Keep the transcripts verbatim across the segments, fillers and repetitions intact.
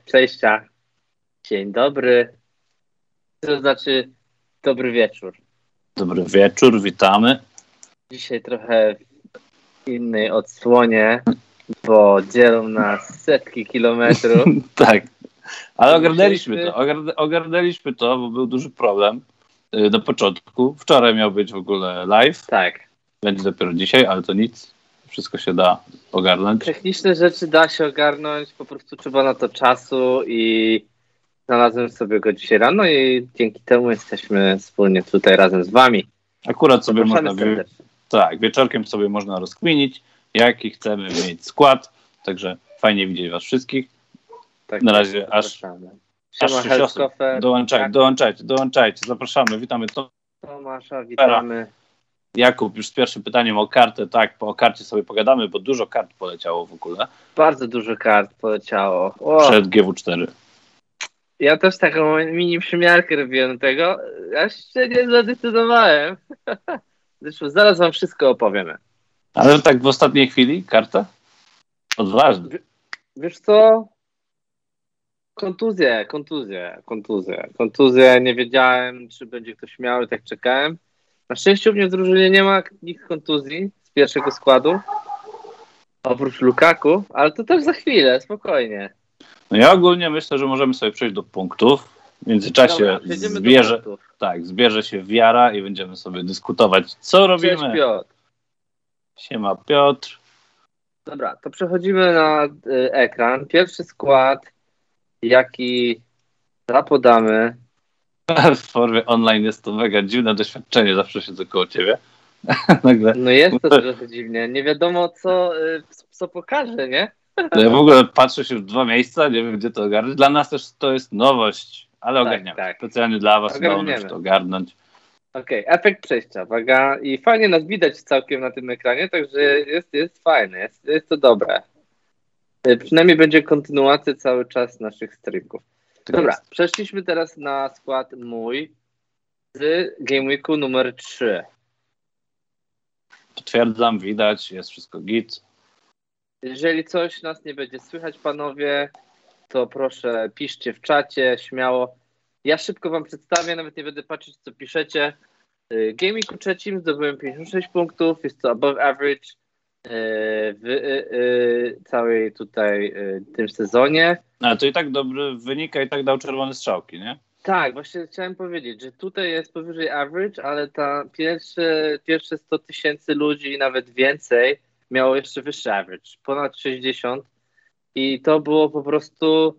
przejścia. Dzień dobry. To znaczy dobry wieczór. Dobry wieczór, witamy. Dzisiaj trochę w innej odsłonie, bo dzielą nas setki kilometrów. Tak, ale ogarnęliśmy to, ogarn- ogarnęliśmy to, bo był duży problem yy, na początku. Wczoraj miał być w ogóle live. Tak. Będzie dopiero dzisiaj, ale to nic. Wszystko się da ogarnąć. Techniczne rzeczy da się ogarnąć, po prostu trzeba na to czasu i znalazłem sobie go dzisiaj rano i dzięki temu jesteśmy wspólnie tutaj razem z wami. Akurat sobie Zapraszamy można... Wie- tak, wieczorkiem sobie można rozkminić, jaki chcemy mieć skład. Także fajnie widzieć was wszystkich. Tak, na razie aż... Siema, aż sześć osób. Dołączajcie, tak. dołączajcie, dołączajcie. Zapraszamy, witamy to. Tomasza, witamy. Jakub już z pierwszym pytaniem o kartę, tak, po o karcie sobie pogadamy, bo dużo kart poleciało w ogóle. Bardzo dużo kart poleciało. O, przed G W cztery. Ja też taką mini przymiarkę robiłem do tego. Ja się nie zadecydowałem. Zresztą zaraz wam wszystko opowiemy. Ale tak w ostatniej chwili karta? Odważny. W, wiesz co? Kontuzje, kontuzje, kontuzje. Kontuzje, nie wiedziałem, czy będzie ktoś miał i tak czekałem. Na szczęście u mnie w drużynie nie ma nikt kontuzji z pierwszego składu. Oprócz Lukaku, ale to też za chwilę, spokojnie. No ja ogólnie myślę, że możemy sobie przejść do punktów. W międzyczasie Dobra, zbierze, tak, zbierze się wiara i będziemy sobie dyskutować, co robimy. Cześć Piotr. Siema Piotr. Dobra, to przechodzimy na y, ekran. Pierwszy skład, jaki zapodamy. W formie online jest to mega dziwne doświadczenie, zawsze siedzę koło ciebie. Nagle. No jest to trochę dziwnie. Nie wiadomo, co, y, co pokaże, nie? No ja w ogóle patrzę się w dwa miejsca, nie wiem, gdzie to ogarnąć. Dla nas też to jest nowość, ale tak, ogarniamy. Tak. Specjalnie dla was udało nam się to ogarnąć. Okej, okay. Efekt przejścia, uwaga. I fajnie nas widać całkiem na tym ekranie, także jest, jest fajne, jest, jest to dobre. Y, przynajmniej będzie kontynuacja cały czas naszych streamków. Dobra, jest. Przeszliśmy teraz na skład mój z Game Weeku numer trzy. Potwierdzam, widać, jest wszystko git. Jeżeli coś nas nie będzie słychać, panowie, to proszę piszcie w czacie, śmiało. Ja szybko wam przedstawię, nawet nie będę patrzeć, co piszecie. Game Weeku trzecim zdobyłem pięćdziesiąt sześć punktów, jest to above average w całej tutaj tym sezonie. Ale to i tak dobry wynik, a i tak dał czerwone strzałki, nie? Tak, właśnie chciałem powiedzieć, że tutaj jest powyżej average, ale ta pierwsze, pierwsze sto tysięcy ludzi i nawet więcej miało jeszcze wyższy average, ponad sześćdziesiąt i to było po prostu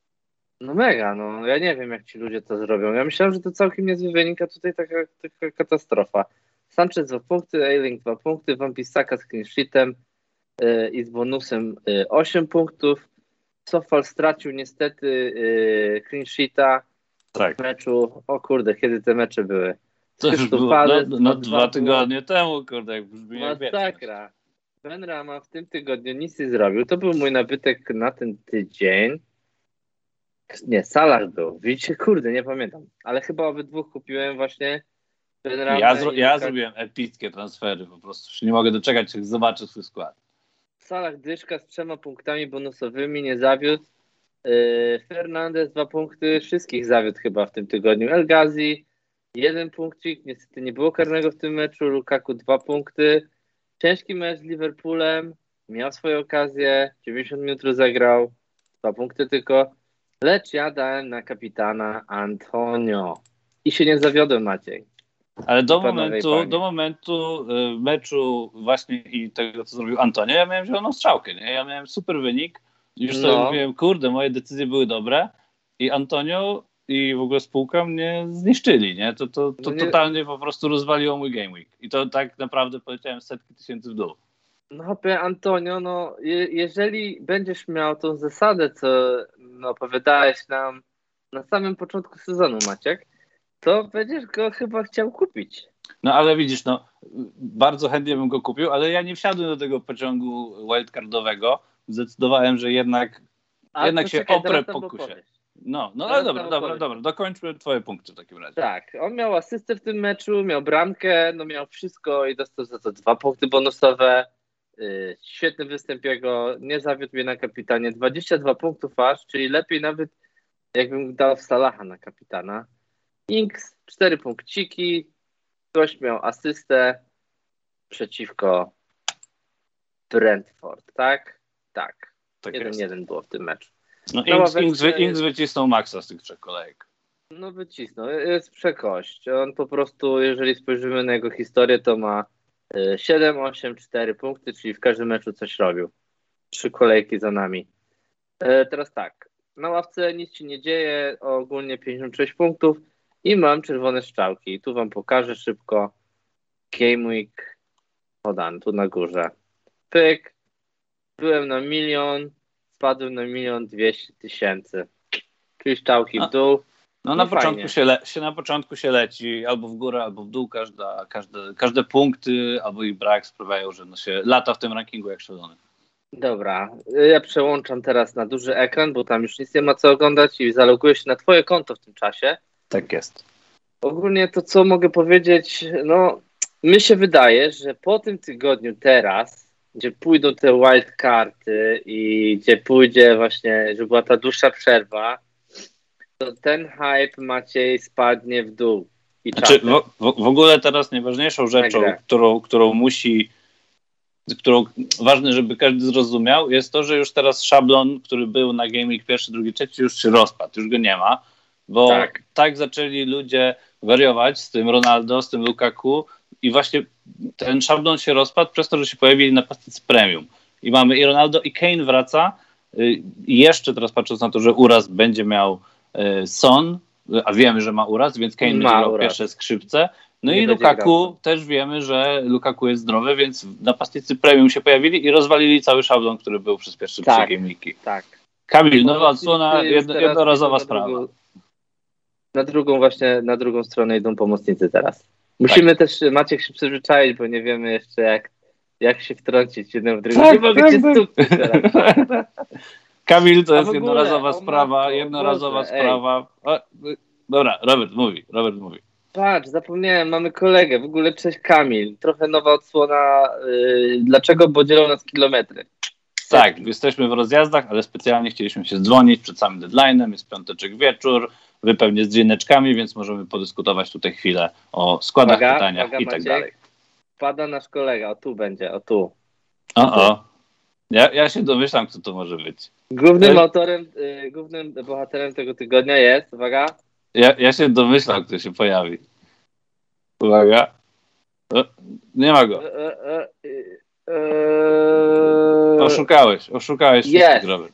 no mega, no ja nie wiem jak ci ludzie to zrobią. Ja myślałem, że to całkiem niezły wynik, a tutaj taka, taka katastrofa. Sanchez dwa punkty, Ayling dwa punkty, Wan-Bissaka z clean sheetem yy, i z bonusem yy, osiem punktów. Sofal stracił niestety yy, clean sheeta tak. w meczu. O kurde, kiedy te mecze były? To już było Palace, no, no dwa tygodnie było... temu, kurde, jak brzmi jak masakra. Ben Rama w tym tygodniu nic nie zrobił. To był mój nabytek na ten tydzień. Nie, Salah był. Widzicie, kurde, nie pamiętam. Ale chyba obydwu kupiłem właśnie Ben Rama. Ja, zro- ja zrobiłem epickie transfery, po prostu już nie mogę doczekać, jak zobaczę swój skład. Salah dyszka z trzema punktami bonusowymi, nie zawiódł. Yy, Fernandez dwa punkty, wszystkich zawiódł chyba w tym tygodniu. El Ghazi jeden punkcik, niestety nie było karnego w tym meczu. Lukaku dwa punkty. Ciężki mecz z Liverpoolem, miał swoje okazje, dziewięćdziesiąt minut rozegrał, dwa punkty tylko, lecz ja dałem na kapitana Antonio i się nie zawiodłem, Maciej. Ale do momentu, do momentu y, meczu właśnie i tego, co zrobił Antonio, ja miałem zieloną strzałkę, nie? Ja miałem super wynik, już sobie no. mówiłem, kurde, moje decyzje były dobre i Antonio i w ogóle spółka mnie zniszczyli, nie? To, to, to no nie... totalnie po prostu rozwaliło mój game week i to tak naprawdę poleciałem setki tysięcy w dół. No hopie, Antonio, no je, jeżeli będziesz miał tą zasadę, co no, opowiadałeś nam na samym początku sezonu, Maciek, to będziesz go chyba chciał kupić. No ale widzisz, no bardzo chętnie bym go kupił, ale ja nie wsiadłem do tego pociągu wildcardowego. Zdecydowałem, że jednak, jednak się czekaj, oprę pokusie. No, no ale dobra, dobra, dobra, dokończmy twoje punkty w takim razie. Tak, on miał asystę w tym meczu, miał bramkę, no miał wszystko i dostał za to dwa punkty bonusowe. Yy, świetny występ jego, nie zawiódł mnie na kapitanie. dwadzieścia dwa punktów aż, czyli lepiej nawet jakbym dał Salaha na kapitana. Ings, cztery punkciki, ktoś miał asystę przeciwko Brentford, tak? Tak. Tak jeden jest. jeden było w tym meczu. No Ings, Ings, wy, Ings wycisnął maksa z tych trzech kolejek. No wycisnął, jest przekość. On po prostu, jeżeli spojrzymy na jego historię, to ma siedem, osiem, cztery punkty, czyli w każdym meczu coś robił. Trzy kolejki za nami. Teraz tak, na ławce nic się nie dzieje, ogólnie pięćdziesiąt sześć punktów i mam czerwone strzałki. Tu wam pokażę szybko. Game Week podany, tu na górze. Pyk. Byłem na milion, spadłem na milion dwieście tysięcy. Czyli strzałki w dół. No na początku się, le, się na początku się leci albo w górę, albo w dół. Każda, każde, każde punkty albo ich brak sprawiają, że no się lata w tym rankingu jak szalony. Dobra, ja przełączam teraz na duży ekran, bo tam już nic nie ma co oglądać i zaloguję się na twoje konto w tym czasie. Tak jest. Ogólnie to, co mogę powiedzieć, no mi się wydaje, że po tym tygodniu teraz, gdzie pójdą te wildcardy i gdzie pójdzie właśnie, że była ta dłuższa przerwa, to ten hype Maciej spadnie w dół. I znaczy, w, w, w ogóle teraz najważniejszą rzeczą, którą, którą musi którą ważne, żeby każdy zrozumiał, jest to, że już teraz szablon, który był na Game Week pierwszy, drugi, trzeci, już się rozpadł, już go nie ma, bo tak. tak zaczęli ludzie wariować z tym Ronaldo, z tym Lukaku i właśnie ten szablon się rozpadł przez to, że się pojawili napastnicy premium. I mamy i Ronaldo, i Kane wraca. I jeszcze teraz patrząc na to, że uraz będzie miał Son, a wiemy, że ma uraz, więc Kane ma będzie grał uraz. Pierwsze skrzypce. No nie i Lukaku grał. Też wiemy, że Lukaku jest zdrowy, więc napastnicy premium się pojawili i rozwalili cały szablon, który był przez pierwsze tak, trzy gamewiki. Tak. Kamil, nowa odsłona, jedno, jednorazowa na sprawa. Drugą, na drugą właśnie, na drugą stronę idą pomocnicy teraz. Musimy tak. też, Maciek, się przyzwyczaić, bo nie wiemy jeszcze jak, jak się wtrącić jednym w drugim. Tak, nie mogę tak, cię tak. stuknąć teraz. Kamil, to a jest ogóle, jednorazowa sprawa, matko, jednorazowa Boże, sprawa. O, dobra, Robert mówi, Robert mówi. Patrz, zapomniałem, mamy kolegę, w ogóle cześć Kamil, trochę nowa odsłona, yy, dlaczego, bo dzielą nas kilometry. Tak, jesteśmy w rozjazdach, ale specjalnie chcieliśmy się dzwonić przed samym deadline'em, jest piąteczek wieczór, wy pewnie z drzwieneczkami, więc możemy podyskutować tutaj chwilę o składach, uwaga, pytaniach uwaga, i tak Maciek. Dalej. Pada nasz kolega, o tu będzie, o tu. O, o. Ja, ja się domyślam, kto to może być. Głównym ja... autorem, yy, głównym bohaterem tego tygodnia jest, uwaga. Ja, ja się domyślam, kto się pojawi. Uwaga. O, nie ma go. E, e, e, e... Oszukałeś, oszukałeś wszystkich, Robert.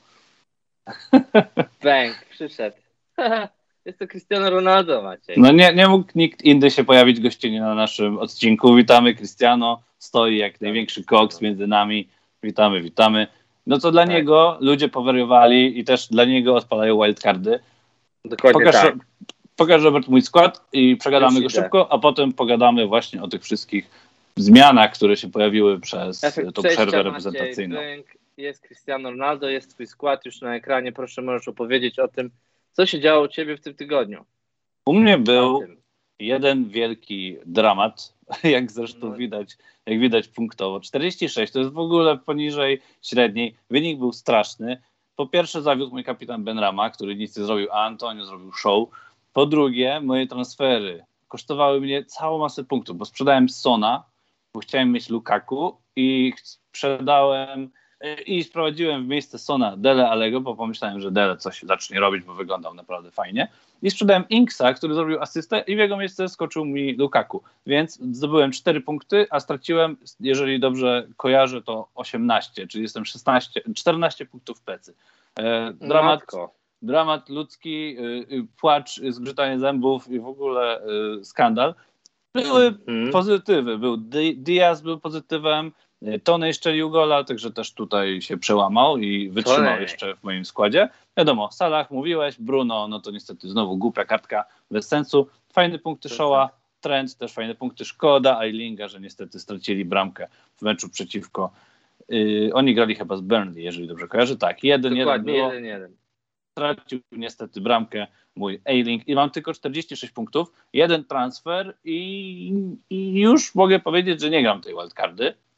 Bang, przyszedł. Jest to Cristiano Ronaldo, Maciej. No nie, nie mógł nikt inny się pojawić gościnnie na naszym odcinku. Witamy, Cristiano. Stoi jak największy koks między nami. Witamy, witamy. No to dla tak. niego ludzie powariowali i też dla niego odpalają wildcardy. Dokładnie pokaż, tak. Pokaż, Robert, mój skład i przegadamy go szybko, a potem pogadamy właśnie o tych wszystkich zmianach, które się pojawiły przez Efekt tą przerwę reprezentacyjną. Maciej, jest Cristiano Ronaldo, jest twój skład już na ekranie. Proszę, możesz opowiedzieć o tym, co się działo u ciebie w tym tygodniu. U mnie był jeden wielki dramat, jak zresztą no. widać, jak widać punktowo. czterdzieści sześć to jest w ogóle poniżej średniej. Wynik był straszny. Po pierwsze zawiódł mój kapitan Benrahma, który nic nie zrobił, a Antonio zrobił show. Po drugie, moje transfery kosztowały mnie całą masę punktów, bo sprzedałem Sona, bo chciałem mieć Lukaku i sprzedałem i sprowadziłem w miejsce Sona Dele Allego, bo pomyślałem, że Dele coś zacznie robić, bo wyglądał naprawdę fajnie. I sprzedałem Inksa, który zrobił asystę i w jego miejsce skoczył mi Lukaku. Więc zdobyłem cztery punkty, a straciłem, jeżeli dobrze kojarzę, to osiemnaście, czyli jestem szesnaście, czternaście punktów w plecy. E, dramat, dramat ludzki, y, płacz, zgrzytanie zębów i w ogóle y, skandal. Były mm. pozytywy. Był Diaz był pozytywem, Tony strzelił gola, także też tutaj się przełamał i wytrzymał Tony. Jeszcze w moim składzie. Wiadomo, Salah mówiłeś, Bruno, no to niestety znowu głupia kartka, bez sensu. Fajne punkty Showa, Trent też fajne punkty, szkoda Aylinga, że niestety stracili bramkę w meczu przeciwko. Yy, oni grali chyba z Burnley, jeżeli dobrze kojarzę. Tak, jeden jeden było. jeden jeden. Stracił niestety bramkę mój Ayling i mam tylko czterdzieści sześć punktów, jeden transfer i, i już mogę powiedzieć, że nie gram tej wildcardy,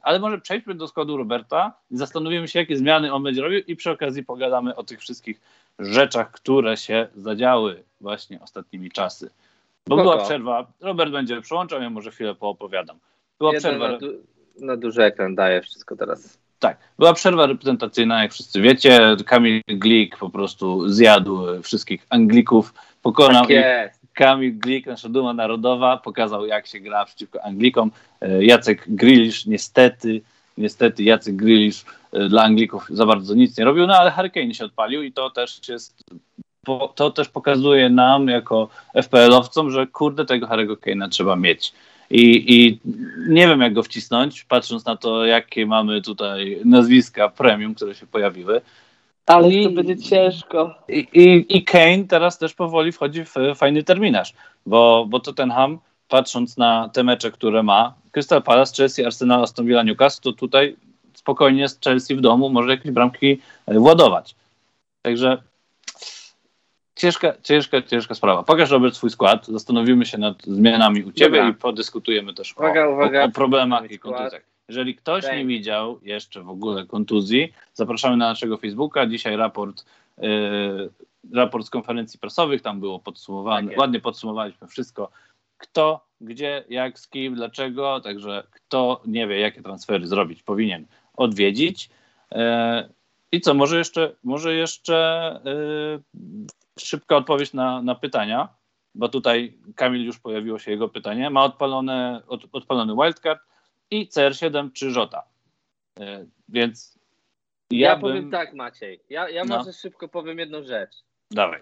Ale może przejdźmy do składu Roberta i zastanowimy się, jakie zmiany on będzie robił i przy okazji pogadamy o tych wszystkich rzeczach, które się zadziały właśnie ostatnimi czasy. Bo Spoko. Była przerwa, Robert będzie przełączał, ja może chwilę poopowiadam. Była Jeden przerwa. Na, du- na duży ekran daje wszystko teraz. Tak, była przerwa reprezentacyjna, jak wszyscy wiecie. Kamil Glik po prostu zjadł wszystkich Anglików, pokonał tak jest. ich. Kamil Glik, nasza duma narodowa, pokazał, jak się gra przeciwko Anglikom. Jacek Grealish, niestety, niestety Jacek Grealish dla Anglików za bardzo nic nie robił, no ale Harry Kane się odpalił i to też jest, to też pokazuje nam jako F P L-owcom, że kurde, tego Harry'ego Kane'a trzeba mieć. I, I nie wiem, jak go wcisnąć, patrząc na to, jakie mamy tutaj nazwiska premium, które się pojawiły. Ale I, to będzie ciężko. I, i, I Kane teraz też powoli wchodzi w fajny terminarz, bo, bo Tottenham, patrząc na te mecze, które ma, Crystal Palace, Chelsea, Arsenal, Aston Villa, Newcastle, to tutaj spokojnie z Chelsea w domu może jakieś bramki władować. Także Ciężka, ciężka, ciężka sprawa. Pokaż, Robert, swój skład, zastanowimy się nad zmianami u Ciebie Dobra. i podyskutujemy też uwaga, o, uwaga. o, o problemach i kontuzjach. Jeżeli ktoś Thanks. nie widział jeszcze w ogóle kontuzji, zapraszamy na naszego Facebooka. Dzisiaj raport, yy, raport z konferencji prasowych, tam było podsumowane, tak ładnie podsumowaliśmy wszystko, kto, gdzie, jak, z kim, dlaczego, także kto nie wie, jakie transfery zrobić, powinien odwiedzić. Yy, I co, może jeszcze, może jeszcze yy, szybka odpowiedź na, na pytania, bo tutaj Kamil już pojawiło się jego pytanie. Ma odpalone, od, odpalony wildcard i C R siedem czy Jota. Yy, więc ja, ja powiem bym... tak, Maciej. Ja, ja no. może szybko powiem jedną rzecz. Dawaj.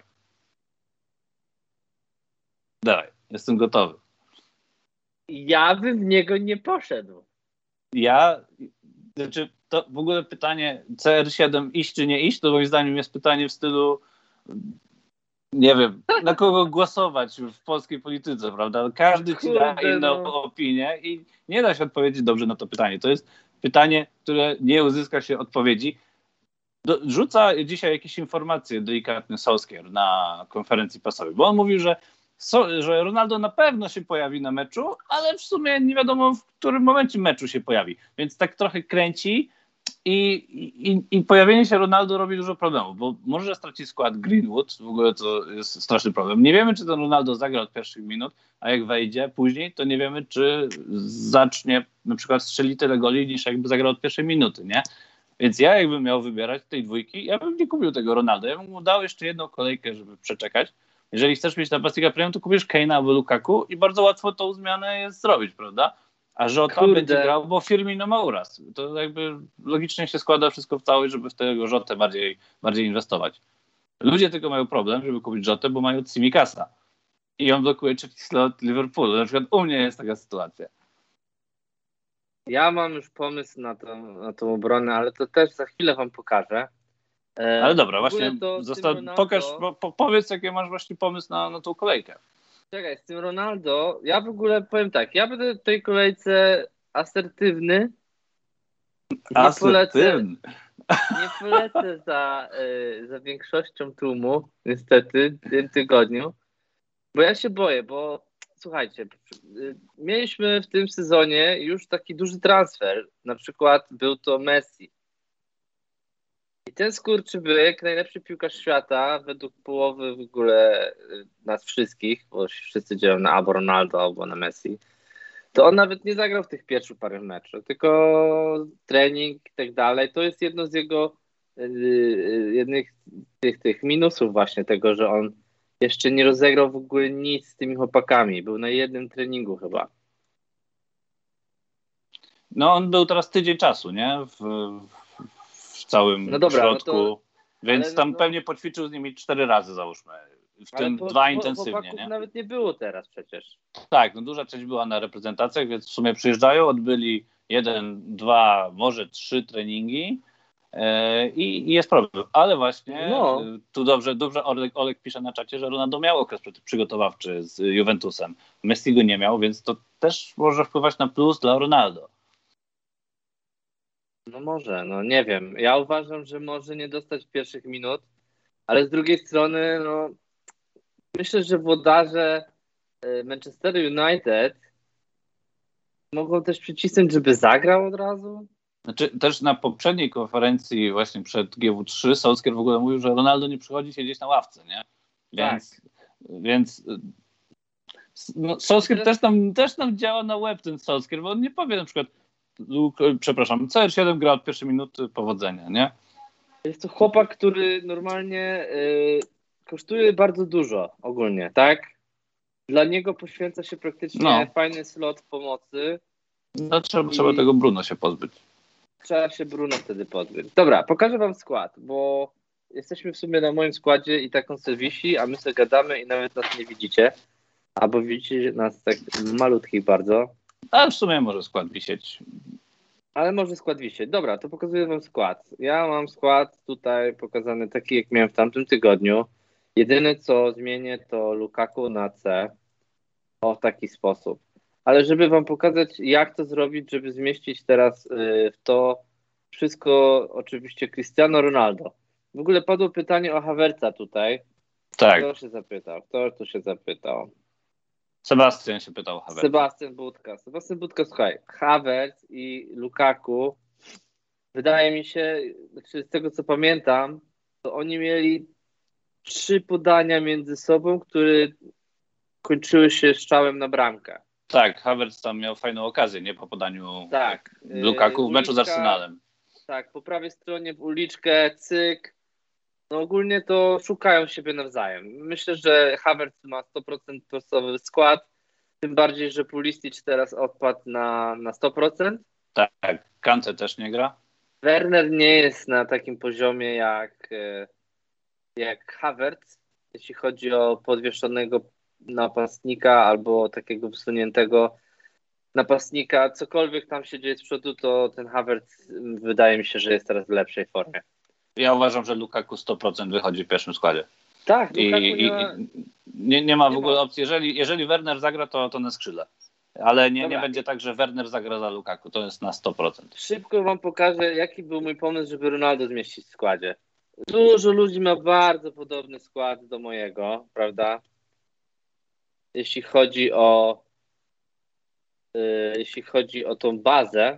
Dawaj, jestem gotowy. Ja bym w niego nie poszedł. Ja, znaczy to w ogóle pytanie C R siedem iść czy nie iść, to moim zdaniem jest pytanie w stylu nie wiem, na kogo głosować w polskiej polityce, prawda? Każdy ci da inną no. opinię i nie da się odpowiedzieć dobrze na to pytanie. To jest pytanie, które nie uzyska się odpowiedzi. Do, rzuca dzisiaj jakieś informacje delikatne Solskjaer na konferencji prasowej, bo on mówił, że, so, że Ronaldo na pewno się pojawi na meczu, ale w sumie nie wiadomo, w którym momencie meczu się pojawi. Więc tak trochę kręci i, i, i pojawienie się Ronaldo robi dużo problemów, bo może stracić skład Greenwood, w ogóle to jest straszny problem. Nie wiemy, czy ten Ronaldo zagra od pierwszych minut, a jak wejdzie później, to nie wiemy, czy zacznie na przykład strzeli tyle goli, niż jakby zagrał od pierwszej minuty, nie? Więc ja jakbym miał wybierać tej dwójki, ja bym nie kupił tego Ronaldo. Ja bym mu dał jeszcze jedną kolejkę, żeby przeczekać. Jeżeli chcesz mieć napastnika premium, to kupisz Kane'a albo Lukaku i bardzo łatwo tą zmianę jest zrobić, prawda? A Jota Kurde. będzie grał, bo Firmino ma uraz. To jakby logicznie się składa wszystko w całość, żeby w tego Jotę bardziej, bardziej inwestować. Ludzie tylko mają problem, żeby kupić Jotę, bo mają Tsimikasa. I on blokuje trzeci slot Liverpoolu. Na przykład u mnie jest taka sytuacja. Ja mam już pomysł na tą, na tą obronę, ale to też za chwilę wam pokażę. E, ale dobra, właśnie zosta- Ronaldo... pokaż, po, po, powiedz, jaki masz właśnie pomysł na, na tą kolejkę. Czekaj, z tym Ronaldo, ja w ogóle powiem tak, ja będę w tej kolejce asertywny. Nie asertywny. Polecę, nie polecę za, y, za większością tłumu, niestety, w tym tygodniu, bo ja się boję, bo słuchajcie, mieliśmy w tym sezonie już taki duży transfer. Na przykład był to Messi. I ten skurczybyk, najlepszy piłkarz świata, według połowy w ogóle nas wszystkich, bo wszyscy dzielą na albo Ronaldo, albo na Messi, to on nawet nie zagrał w tych pierwszych parę meczów, tylko trening i tak dalej. To jest jedno z jego jednych tych, tych minusów właśnie tego, że on jeszcze nie rozegrał w ogóle nic z tymi chłopakami. Był na jednym treningu chyba. No on był teraz tydzień czasu, nie? W, w całym no dobra, środku. No to, więc tam no, pewnie poćwiczył z nimi cztery razy, załóżmy. W tym po, dwa po, intensywnie, nie? Nawet nie było teraz przecież. Tak, no duża część była na reprezentacjach, więc w sumie przyjeżdżają, odbyli jeden, dwa, może trzy treningi. I jest problem, ale właśnie no. tu dobrze, dobrze Olek, Olek pisze na czacie, że Ronaldo miał okres przygotowawczy z Juventusem. Messi go nie miał, więc to też może wpływać na plus dla Ronaldo. No może, no nie wiem. Ja uważam, że może nie dostać pierwszych minut, ale z drugiej strony no myślę, że włodarze Manchester United Mogą też przycisnąć, żeby zagrał od razu? Znaczy też na poprzedniej konferencji właśnie przed G W trzy Solskjaer w ogóle mówił, że Ronaldo nie przychodzi siedzieć na ławce, nie? Więc, tak. więc no, Solskjaer teraz... też, tam, też tam działa na łeb ten Solskjaer, bo on nie powie na przykład Luke, przepraszam, C R siedem gra od pierwszej minuty, powodzenia, nie? Jest to chłopak, który normalnie yy, kosztuje bardzo dużo ogólnie, tak? Dla niego poświęca się praktycznie no. fajny slot pomocy. No trzeba, trzeba tego Bruno się pozbyć. Trzeba się Bruno wtedy pozbyć. Dobra, pokażę wam skład, bo jesteśmy w sumie na moim składzie i tak on sobie wisi, a my sobie gadamy i nawet nas nie widzicie. Albo widzicie nas tak malutkich bardzo. Ale w sumie może skład wisieć. Ale może skład wisieć. Dobra, to pokazuję wam skład. Ja mam skład tutaj pokazany taki, jak miałem w tamtym tygodniu. Jedyne, co zmienię, to Lukaku na C. O, w taki sposób. Ale żeby wam pokazać, jak to zrobić, żeby zmieścić teraz yy, w to wszystko, oczywiście Cristiano Ronaldo. W ogóle padło pytanie o Havertza tutaj. Tak. Kto się zapytał? Kto tu się zapytał? Sebastian się pytał o Havertza. Sebastian Budka. Sebastian Budka, słuchaj, Havertz i Lukaku, wydaje mi się, znaczy z tego co pamiętam, to oni mieli trzy podania między sobą, które kończyły się strzałem na bramkę. Tak, Havertz tam miał fajną okazję, nie? Po podaniu tak, Lukaku w meczu z Arsenalem. Tak, po prawej stronie w uliczkę, cyk. No ogólnie to szukają siebie nawzajem. Myślę, że Havertz ma sto procent podstawowy skład, tym bardziej, że Pulisic teraz odpadł na, na sto procent. Tak, Kante też nie gra. Werner nie jest na takim poziomie jak, jak Havertz, jeśli chodzi o podwieszonego napastnika albo takiego wysuniętego napastnika. Cokolwiek tam się dzieje z przodu, to ten Havertz wydaje mi się, że jest teraz w lepszej formie. Ja uważam, że Lukaku sto procent wychodzi w pierwszym składzie. Tak, Lukaku I, nie, ma... nie, nie ma w nie ogóle ma. opcji. Jeżeli, jeżeli Werner zagra, to, to na skrzydle. Ale nie, nie będzie tak, że Werner zagra za Lukaku. To jest na sto procent. Szybko wam pokażę, jaki był mój pomysł, żeby Ronaldo zmieścić w składzie. Dużo ludzi ma bardzo podobny skład do mojego, prawda? Jeśli chodzi o yy, jeśli chodzi o tą bazę,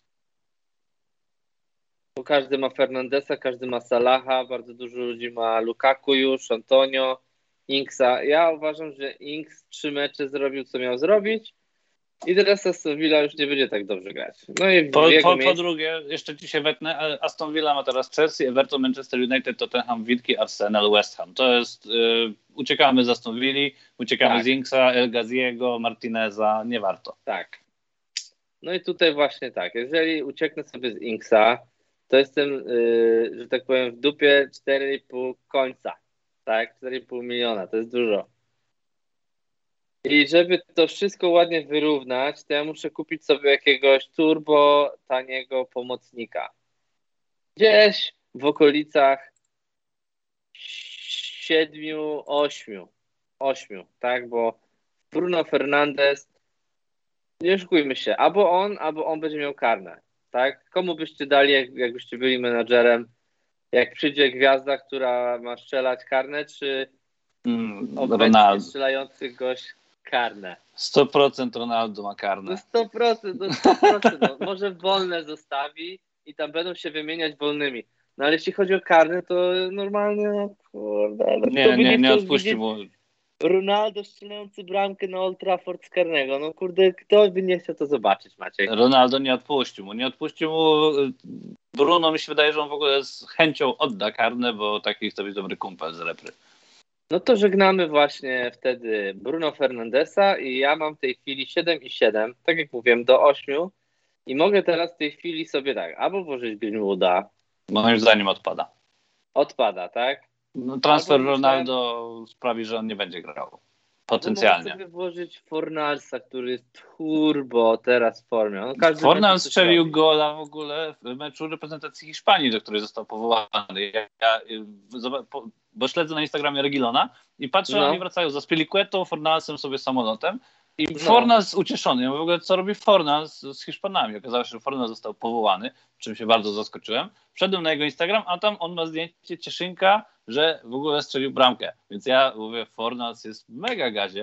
bo każdy ma Fernandesa, każdy ma Salaha, bardzo dużo ludzi ma Lukaku już, Antonio, Inksa. Ja uważam, że Inks trzy mecze zrobił, co miał zrobić i teraz Aston Villa już nie będzie tak dobrze grać. No i po, po, miejsc... po drugie, jeszcze ci się wetnę, ale Aston Villa ma teraz Chelsea, Everton, Manchester United, Tottenham, Wilki, Arsenal, West Ham. To jest, yy, uciekamy z Aston Villa, uciekamy tak. z Inksa, El Ghaziego, Martineza, nie warto. Tak. No i tutaj właśnie tak, jeżeli ucieknę sobie z Inksa, to jestem, yy, że tak powiem, w dupie cztery i pół końca. Tak, cztery i pół miliona, to jest dużo. I żeby to wszystko ładnie wyrównać, to ja muszę kupić sobie jakiegoś turbo taniego pomocnika. Gdzieś w okolicach siedmiu, ośmiu. Ośmiu, tak, bo Bruno Fernandes, nie oszukujmy się, albo on, albo on będzie miał karne. Tak? Komu byście dali, jak, jakbyście byli menadżerem, jak przyjdzie gwiazda, która ma strzelać karne, czy mm, obecnie strzelający gość karne? sto procent Ronaldo ma karne. No sto procent, no sto procent. No, może wolne zostawi i tam będą się wymieniać wolnymi. No ale jeśli chodzi o karne, to normalnie, no kurde. No, nie, nie, nie odpuści mu. Ronaldo strzelający bramkę na Old Trafford z karnego. No kurde, kto by nie chciał to zobaczyć, Maciek? Ronaldo nie odpuścił mu. Nie odpuścił mu. Bruno mi się wydaje, że on w ogóle z chęcią odda karne, bo taki chce być dobry kumpel z repry. No to żegnamy właśnie wtedy Bruno Fernandesa i ja mam w tej chwili siedem i siedem, tak jak mówiłem, do ośmiu i mogę teraz w tej chwili sobie tak, albo włożyć Greenwooda. Moim zdaniem odpada. Odpada, tak? No, transfer Ronaldo myślałem, sprawi, że on nie będzie grał. Potencjalnie. Mogę sobie włożyć Fornalsa, który jest turbo teraz w formie. No, Fornals strzelił gola w ogóle w meczu reprezentacji Hiszpanii, do której został powołany. Ja, ja, bo śledzę na Instagramie Regilona i patrzę, no. Oni wracają za Spilicuetą, Fornalsem sobie samolotem i no. Fornals ucieszony. Ja mówię, w ogóle co robi Fornals z Hiszpanami? Okazało się, że Fornals został powołany, czym się bardzo zaskoczyłem. Wszedłem na jego Instagram, a tam on ma zdjęcie cieszynka, że w ogóle strzelił bramkę. Więc ja mówię, Fornals jest w mega gazie,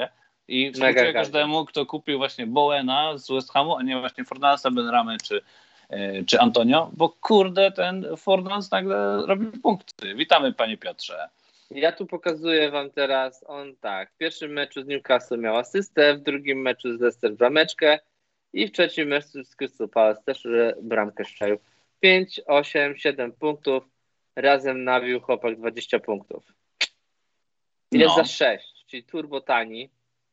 I współczuję każdemu, kto kupił właśnie Bowena z West Hamu, a nie właśnie Fornalsa, Benramy czy, czy Antonio, bo kurde, ten Fornals nagle robi punkty. Witamy, panie Piotrze. Ja tu pokazuję wam teraz, on tak, w pierwszym meczu z Newcastle miał asystę, w drugim meczu z Leicester brameczkę i w trzecim meczu z Crystal Palace też bramkę strzelił. pięć, osiem, siedem punktów, razem nabił chłopak dwadzieścia punktów. Jest no. za sześć, czyli turbo tani.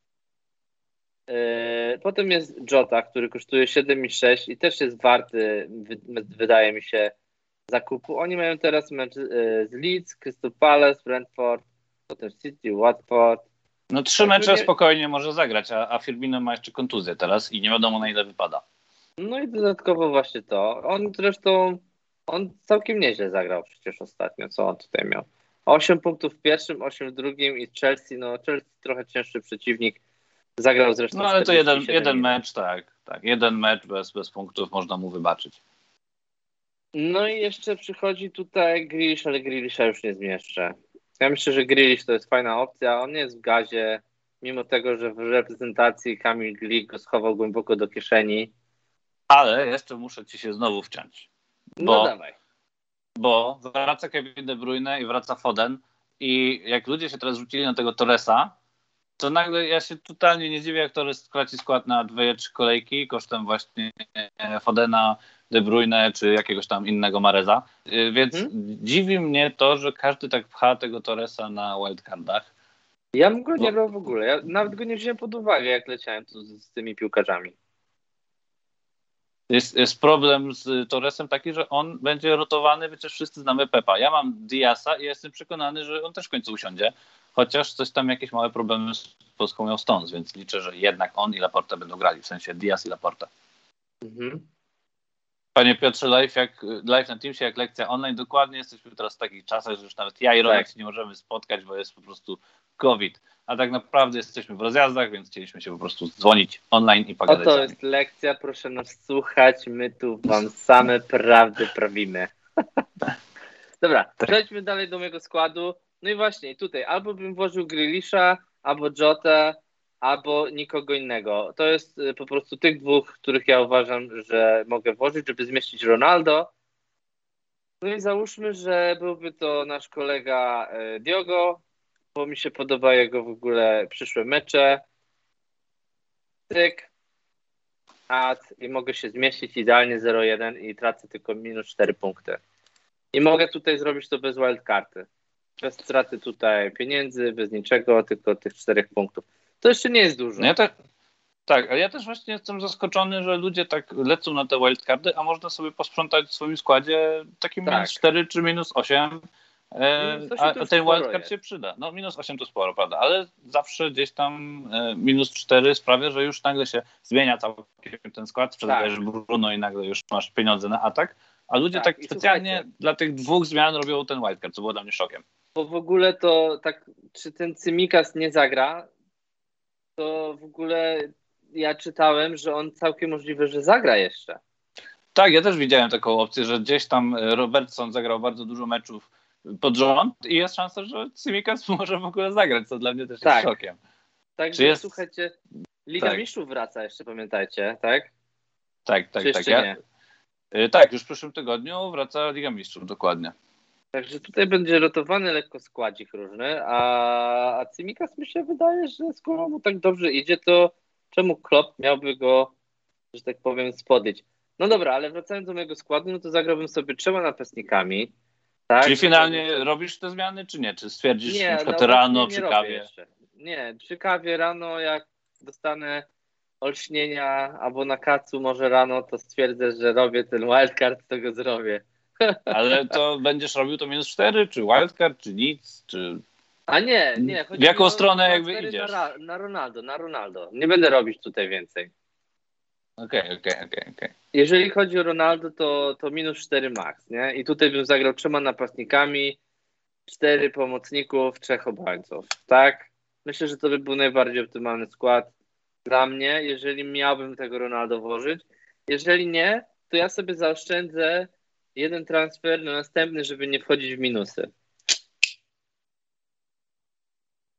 Yy, potem jest Jota, który kosztuje siedem i sześć i też jest warty, wydaje mi się, zakupu. Oni mają teraz mecz z Leeds, Crystal Palace, Brentford, potem City, Watford. No trzy mecze spokojnie może zagrać, a, a Firmino ma jeszcze kontuzję teraz i nie wiadomo na ile wypada. No i dodatkowo właśnie to. On zresztą, on całkiem nieźle zagrał przecież ostatnio, co on tutaj miał. osiem punktów w pierwszym, osiem w drugim i Chelsea, no Chelsea trochę cięższy przeciwnik. Zagrał zresztą. No ale to jeden, jeden mecz, tak, tak. Jeden mecz bez, bez punktów można mu wybaczyć. No i jeszcze przychodzi tutaj Grealish, ale Grealisha już nie zmieszczę. Ja myślę, że Grealish to jest fajna opcja. On jest w gazie, mimo tego, że w reprezentacji Kamil Glik go schował głęboko do kieszeni. Ale jeszcze muszę ci się znowu wciąć. Bo, no dawaj. Bo wraca Kevin De Bruyne i wraca Foden i jak ludzie się teraz rzucili na tego Torresa, to nagle ja się totalnie nie dziwię, jak Torres traci skład na dwie, trzy kolejki kosztem właśnie Fodena, De Bruyne czy jakiegoś tam innego Mareza. Więc hmm. dziwi mnie to, że każdy tak pcha tego Torresa na wildcardach. Ja bym go nie brał w ogóle. Ja nawet go nie wziąłem pod uwagę, jak leciałem tu z, z tymi piłkarzami. Jest, jest problem z Torresem taki, że on będzie rotowany, przecież wszyscy znamy Pepa. Ja mam Diasa i jestem przekonany, że on też w końcu usiądzie. Chociaż coś tam jakieś małe problemy z Polską miał Stones, więc liczę, że jednak on i Laporta będą grali, w sensie Dias i Laporta. Mhm. Panie Piotrze, live, jak, live na Teamsie, jak lekcja online, dokładnie jesteśmy teraz w takich czasach, że już nawet ja i Ronek tak. się nie możemy spotkać, bo jest po prostu COVID. A tak naprawdę jesteśmy w rozjazdach, więc chcieliśmy się po prostu dzwonić online i pogadać. Oto jest lekcja, proszę nas słuchać, my tu wam same prawdy prawimy. Dobra, tak. Przejdźmy dalej do mojego składu. No i właśnie tutaj albo bym włożył Grealisha, albo Jotę, albo nikogo innego. To jest po prostu tych dwóch, których ja uważam, że mogę włożyć, żeby zmieścić Ronaldo. No i załóżmy, że byłby to nasz kolega Diogo, bo mi się podoba jego w ogóle przyszłe mecze. Tyk. Ad i mogę się zmieścić idealnie zero jeden i tracę tylko minus cztery punkty. I mogę tutaj zrobić to bez wildcardy. Bez straty tutaj pieniędzy, bez niczego, tylko tych czterech punktów. To jeszcze nie jest dużo. Ja te, tak, ale ja też właśnie jestem zaskoczony, że ludzie tak lecą na te wildcardy, a można sobie posprzątać w swoim składzie takie tak. minus cztery czy minus osiem. E, a, a ten wildcard jest. się przyda. No minus osiem to sporo, prawda? Ale zawsze gdzieś tam e, minus cztery sprawia, że już nagle się zmienia całkiem ten skład, sprzedajesz tak. Bruno i nagle już masz pieniądze na atak. A ludzie tak, tak specjalnie słuchajcie. dla tych dwóch zmian robią ten wildcard, co było dla mnie szokiem. Bo w ogóle to tak, czy ten Tsimikas nie zagra, to w ogóle ja czytałem, że on całkiem możliwe, że zagra jeszcze. Tak, ja też widziałem taką opcję, że gdzieś tam Robertson zagrał bardzo dużo meczów pod rząd i jest szansa, że Tsimikas może w ogóle zagrać, co dla mnie też tak. jest szokiem. Także jest... słuchajcie, Liga tak. Mistrzów wraca jeszcze, pamiętajcie, tak? Tak, tak, Czy tak. Ja... Nie? Tak, już w przyszłym tygodniu wraca Liga Mistrzów, dokładnie. Także tutaj będzie rotowany lekko składzik różny, a, a Tsimikas mi się wydaje, że skoro mu tak dobrze idzie, to czemu Klopp miałby go, że tak powiem, spodlić? No dobra, ale wracając do mojego składu, no to zagrałbym sobie trzema napastnikami. Tak? Czyli finalnie to... robisz te zmiany, czy nie? Czy stwierdzisz nie, na przykład no, rano przy kawie? Jeszcze. Nie, przy kawie rano, jak dostanę olśnienia albo na kacu może rano, to stwierdzę, że robię ten wildcard, to go zrobię. Ale to będziesz robił to minus cztery, czy wildcard, czy nic, czy... A nie, nie. W jaką stronę jakby idziesz? Na, na Ronaldo, na Ronaldo. Nie będę robić tutaj więcej. Okej, okay, okej, okay, okej, okay, okej. Jeżeli chodzi o Ronaldo, to, to minus cztery max, nie? I tutaj bym zagrał trzema napastnikami, cztery pomocników, trzech obrońców, tak? Myślę, że to by był najbardziej optymalny skład dla mnie, jeżeli miałbym tego Ronaldo włożyć. Jeżeli nie, to ja sobie zaoszczędzę jeden transfer na następny, żeby nie wchodzić w minusy.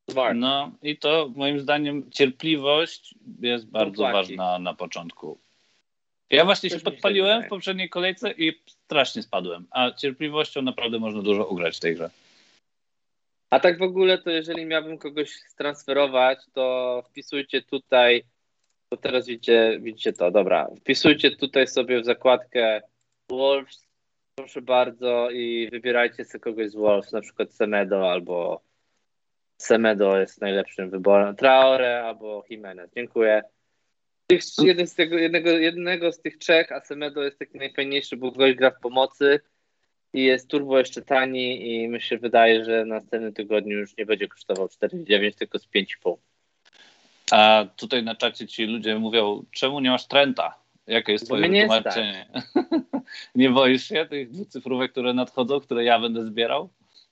Smart. No i to moim zdaniem cierpliwość jest bardzo Chłopaki. ważna na początku. Ja właśnie Też się mi się podpaliłem wydaje. w poprzedniej kolejce i strasznie spadłem, a cierpliwością naprawdę można dużo ugrać w tej grze. A tak w ogóle to jeżeli miałbym kogoś stransferować, to wpisujcie tutaj, bo teraz widzicie, widzicie to, dobra, wpisujcie tutaj sobie w zakładkę Wolves, proszę bardzo, i wybierajcie sobie kogoś z Wolves, na przykład Semedo albo Semedo jest najlepszym wyborem, Traore albo Jimenez. Dziękuję. Tych, jeden z tego, jednego, jednego z tych trzech, a Semedo jest taki najfajniejszy, bo gość gra w pomocy i jest turbo jeszcze tani i mi się wydaje, że na następnym tygodniu już nie będzie kosztował cztery dziewięć, tylko z pięć i pół. A tutaj na czacie ci ludzie mówią, czemu nie masz Trenta? Jakie jest Bo twoje mnie nie wytłumaczenie? Nie boisz się tych dwucyfrówek, które nadchodzą, które ja będę zbierał?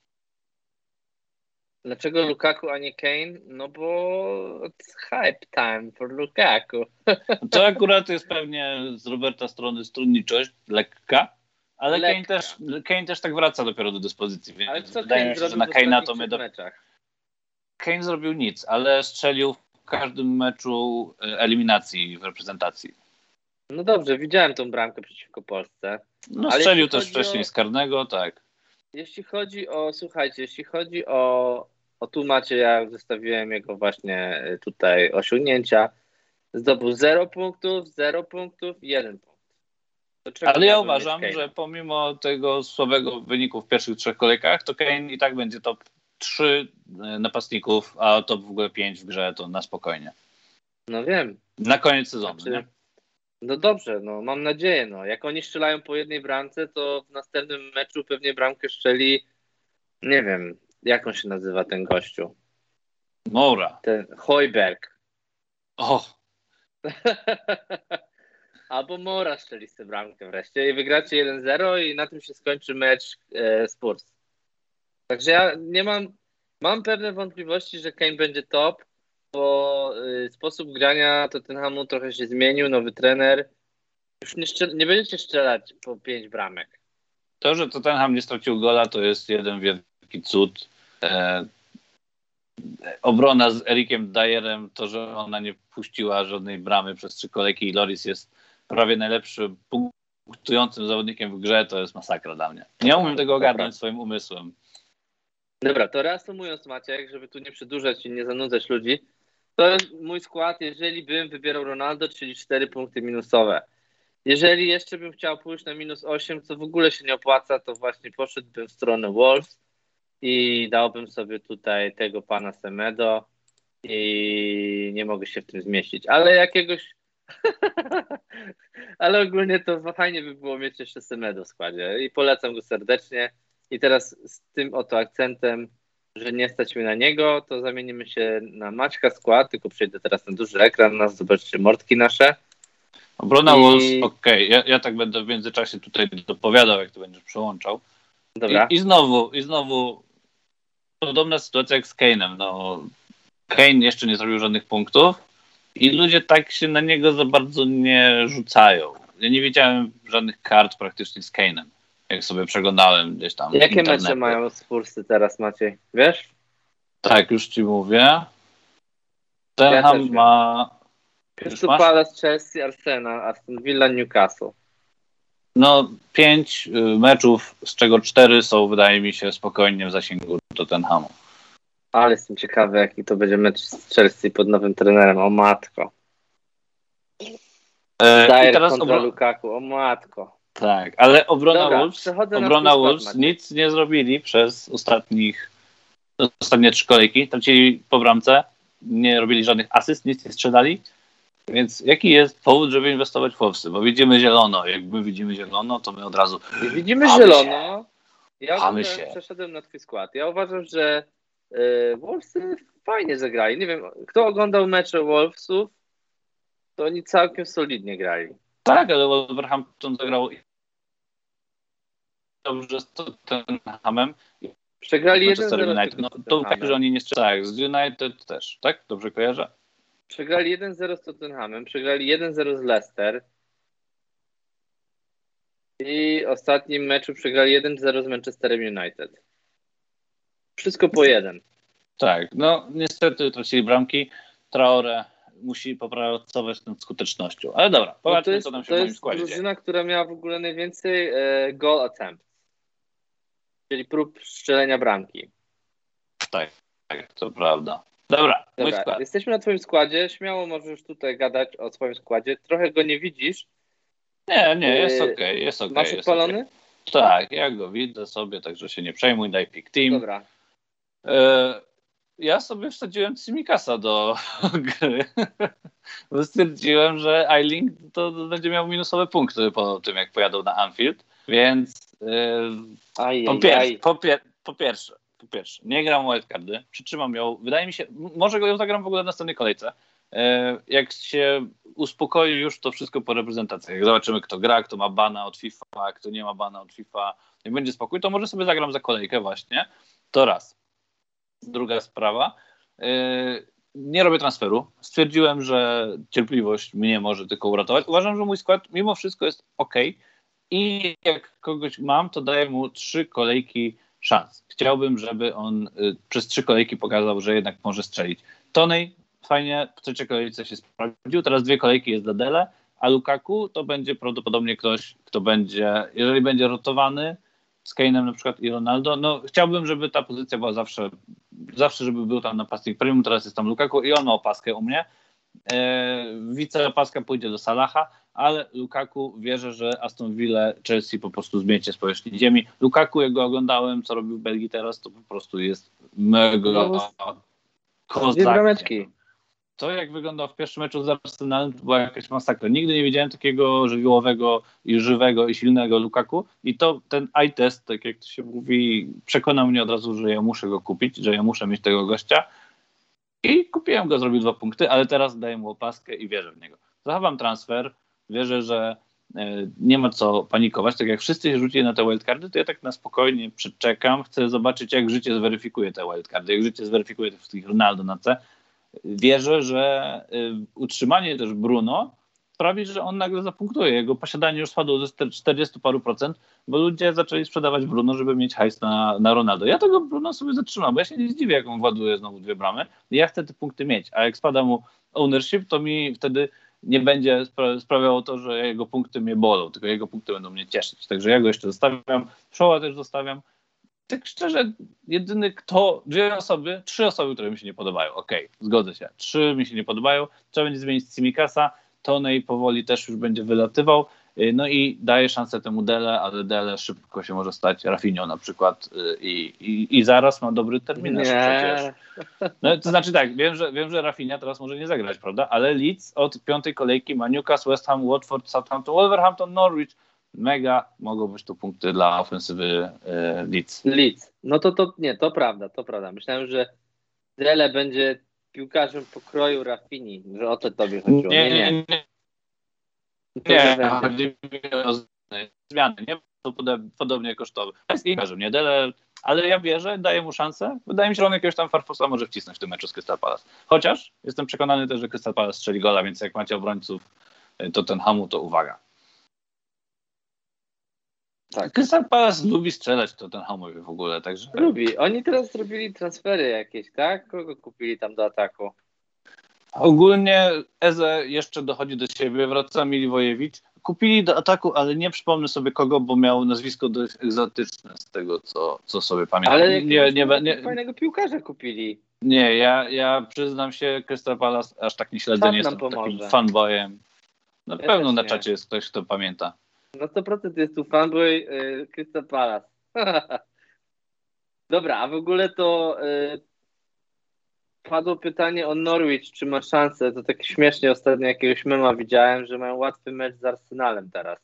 Dlaczego Lukaku, a nie Kane? No bo it's hype time for Lukaku. To akurat jest pewnie z Roberta strony stronniczość, lekka, ale Lekka. Kane też, Kane też tak wraca dopiero do dyspozycji, więc Ale co wydaje Kane mi się, zrobił że na w Kane'a to ostatnich my trzech do... meczach? Kane zrobił nic, ale strzelił w każdym meczu eliminacji w reprezentacji. No dobrze, widziałem tą bramkę przeciwko Polsce. No ale strzelił jeśli też chodzi wcześniej o, z karnego, tak. Jeśli chodzi o, słuchajcie, jeśli chodzi o, o tu macie, ja zostawiłem jego właśnie tutaj osiągnięcia. Zdobył zero punktów, zero punktów, jeden punkt. Ale ja uważam, że pomimo tego słabego wyniku w pierwszych trzech kolejkach, to Kane i tak będzie top trzy napastników, a top w ogóle pięć w grze to na spokojnie. No wiem. Na koniec sezonu, znaczy, nie? No dobrze, no mam nadzieję. No. Jak oni strzelają po jednej bramce, to w następnym meczu pewnie bramkę strzeli, nie wiem, jak on się nazywa ten gościu? Moura. Ten Hojberg. O! Albo Mora strzeli tę bramkę wreszcie i wygracie jeden zero i na tym się skończy mecz e, Spurs. Także ja nie mam, mam pewne wątpliwości, że Kane będzie top, bo y, sposób grania Tottenhamu trochę się zmienił, nowy trener. Już nie, strzel- nie będziecie strzelać po pięć bramek. To, że Tottenham nie stracił gola, to jest jeden wielki cud. E, obrona z Erikiem Dyerem, to, że ona nie puściła żadnej bramy przez trzy kolejki i Loris jest prawie najlepszym punktującym zawodnikiem w grze, to jest masakra dla mnie. Nie umiem tego ogarnąć swoim umysłem. Dobra, to reasumując, Maciek, żeby tu nie przedłużać i nie zanudzać ludzi, to jest mój skład, jeżeli bym wybierał Ronaldo, czyli cztery punkty minusowe. Jeżeli jeszcze bym chciał pójść na minus osiem, co w ogóle się nie opłaca, to właśnie poszedłbym w stronę Wolves i dałbym sobie tutaj tego pana Semedo i nie mogę się w tym zmieścić. Ale jakiegoś... Ale ogólnie to fajnie by było mieć jeszcze Semedo w składzie i polecam go serdecznie. I teraz z tym oto akcentem, że nie stać mi na niego, to zamienimy się na Maćka skład, tylko przejdę teraz na duży ekran, nas zobaczcie mordki nasze. Obrona I... Wolves, okej, okay. ja, ja tak będę w międzyczasie tutaj dopowiadał, jak to będziesz przełączał. Dobra. I, i znowu, i znowu podobna sytuacja jak z Kane'em. No, Kane jeszcze nie zrobił żadnych punktów i ludzie tak się na niego za bardzo nie rzucają. Ja nie widziałem żadnych kart praktycznie z Kane'em, jak sobie przeglądałem gdzieś tam. Jakie mecze mają Spursy teraz, Maciej? Wiesz? Tak, już ci mówię. Tottenham ja ma... Crystal Palace, Chelsea, Arsenal, Aston Villa, Newcastle. No, pięć meczów, z czego cztery są, wydaje mi się, spokojnie w zasięgu Tottenhamu. Ale jestem ciekawy, jaki to będzie mecz z Chelsea pod nowym trenerem. O matko. E, I teraz kontra obro... Lukaku. O matko. Tak, ale obrona Dobra, Wolves, obrona Wolves nic nie zrobili przez ostatnich ostatnie trzy kolejki. Tracili po bramce, nie robili żadnych asyst, nic nie strzelali. Więc jaki jest powód, żeby inwestować w Wolvesy? Bo widzimy zielono. Jak my widzimy zielono, to my od razu... I widzimy zielono. Się. Ja uważam, się. przeszedłem na twój skład. Ja uważam, że yy, Wolvesy fajnie zagrali. Nie wiem, kto oglądał mecze Wolvesów, to oni całkiem solidnie grali. Tak, ale Wolverhampton zagrał dobrze z Tottenhamem. Przegrali jeden zero. No, to tak, że oni nie strzelają. Z United też, tak? Dobrze kojarzę? Przegrali jeden zero z Tottenhamem, przegrali jeden zero z Leicester i w ostatnim meczu przegrali jeden zero z Manchesterem United. Wszystko po jeden. Tak, no niestety tracili bramki. Traore musi popracować nad skutecznością. Ale dobra, popatrzmy, no co nam się to w moim jest składzie drużyna, dzieje. która miała w ogóle najwięcej e, goal attempts, czyli prób strzelenia bramki. Tak, tak, to prawda. Dobra, mój Dobra, skład. jesteśmy na twoim składzie, śmiało możesz tutaj gadać o swoim składzie. Trochę go nie widzisz. Nie, nie, jest Yy, okej, okay, jest okej. Masz Okay, odpalony? okay. Tak, ja go widzę sobie, także się nie przejmuj, daj pick team. Dobra. E, ja sobie wsadziłem Tsimikasa do gry, bo stwierdziłem, że Eiling to będzie miał minusowe punkty po tym, jak pojadą na Anfield, więc e, aj, po, aj, pier- aj. po, pier- po pierwsze, po pierwsze, nie gram wildcardy, przytrzymam ją, wydaje mi się, może go ją zagram w ogóle w następnej kolejce, e, jak się uspokoi już to wszystko po reprezentacjach, jak zobaczymy, kto gra, kto ma bana od FIFA, kto nie ma bana od FIFA, jak będzie spokój, to może sobie zagram za kolejkę właśnie, to raz. Druga sprawa. Nie robię transferu. Stwierdziłem, że cierpliwość mnie może tylko uratować. Uważam, że mój skład mimo wszystko jest ok. I jak kogoś mam, to daję mu trzy kolejki szans. Chciałbym, żeby on przez trzy kolejki pokazał, że jednak może strzelić. Tonej fajnie w trzeciej kolejce się sprawdził. Teraz dwie kolejki jest dla Dele, a Lukaku to będzie prawdopodobnie ktoś, kto będzie, jeżeli będzie rotowany z Kane'em na przykład i Ronaldo, no chciałbym, żeby ta pozycja była zawsze, zawsze żeby był tam napastnik premium, teraz jest tam Lukaku i on ma opaskę u mnie. E, wiceopaska pójdzie do Salaha, ale Lukaku wierzę, że Aston Villa, Chelsea po prostu zmiecie z powierzchni ziemi. Lukaku, jak go oglądałem, co robił w Belgii teraz, to po prostu jest mega No, kozakiem. To, jak wyglądał w pierwszym meczu z Arsenalem, to była jakaś masakra. Nigdy nie widziałem takiego żywiołowego i żywego i silnego Lukaku i to ten eye test, tak jak to się mówi, przekonał mnie od razu, że ja muszę go kupić, że ja muszę mieć tego gościa i kupiłem go, zrobił dwa punkty, ale teraz daję mu opaskę i wierzę w niego. Zachowam transfer, wierzę, że nie ma co panikować. Tak jak wszyscy się rzucili na te wildcardy, to ja tak na spokojnie przeczekam, chcę zobaczyć, jak życie zweryfikuje te wildcardy, jak życie zweryfikuje tych wszystkich Ronaldo na C. Wierzę, że utrzymanie też Bruno sprawi, że on nagle zapunktuje. Jego posiadanie już spadło do czterdziestu paru procent, bo ludzie zaczęli sprzedawać Bruno, żeby mieć hajs na, na Ronaldo. Ja tego Bruno sobie zatrzymam, bo ja się nie zdziwię, jak on właduje znowu dwie bramy. Ja chcę te punkty mieć, a jak spada mu ownership, to mi wtedy nie będzie spra- sprawiało to, że jego punkty mnie bolą, tylko jego punkty będą mnie cieszyć. Także ja go jeszcze zostawiam, Showa też zostawiam. Tak szczerze, jedyny kto, dwie osoby, trzy osoby, które mi się nie podobają. Okej, okay, zgodzę się. Trzy mi się nie podobają. Trzeba będzie zmienić Tsimikasa. Tonej powoli też już będzie wylatywał. No i daje szansę temu Dele, ale Dele szybko się może stać Rafinhą na przykład i, i, i zaraz ma dobry terminarz przecież. No, to znaczy tak, wiem, że, wiem, że Rafinha teraz może nie zagrać, prawda? Ale Leeds od piątej kolejki ma Newcastle, West Ham, Watford, Southampton, Wolverhampton, Norwich. Mega mogą być tu punkty dla ofensywy e, Leeds. Leeds. No to, to nie, to prawda, to prawda. Myślałem, że Dele będzie piłkarzem pokroju Rafini, że o to tobie chodziło. Nie, nie. Nie, nie, nie chodzi mi o zmiany, nie? To podobnie kosztowe. Jest piłkarzem, nie Dele, ale ja wierzę, daję mu szansę. Wydaje mi się, że on jakiegoś tam Farfosa może wcisnąć w tym meczu z Crystal Palace. Chociaż jestem przekonany też, że Crystal Palace strzeli gola, więc jak macie obrońców Tottenhamu, to uwaga. Tak. Crystal Palace lubi strzelać Tottenhamowi w ogóle, także... Lubi. Oni teraz zrobili transfery jakieś, tak? Kogo kupili tam do ataku? Ogólnie Eze jeszcze dochodzi do siebie, wraca Miliwojewicz. Kupili do ataku, ale nie przypomnę sobie kogo, bo miał nazwisko dość egzotyczne z tego, co, co sobie pamiętam. Ale nie, nie, nie, nie, fajnego piłkarza kupili. Nie, ja, ja przyznam się, Crystal Palace aż tak nie śledzę, Czat nie jestem takim fanboyem. Na ja pewno na czacie jest ktoś, kto pamięta. No sto procent jest tu fanboy yy, Crystal Palace. Dobra, a w ogóle to yy, padło pytanie o Norwich, czy ma szansę. To tak śmiesznie ostatnio jakiegoś mema widziałem, że mają łatwy mecz z Arsenalem teraz.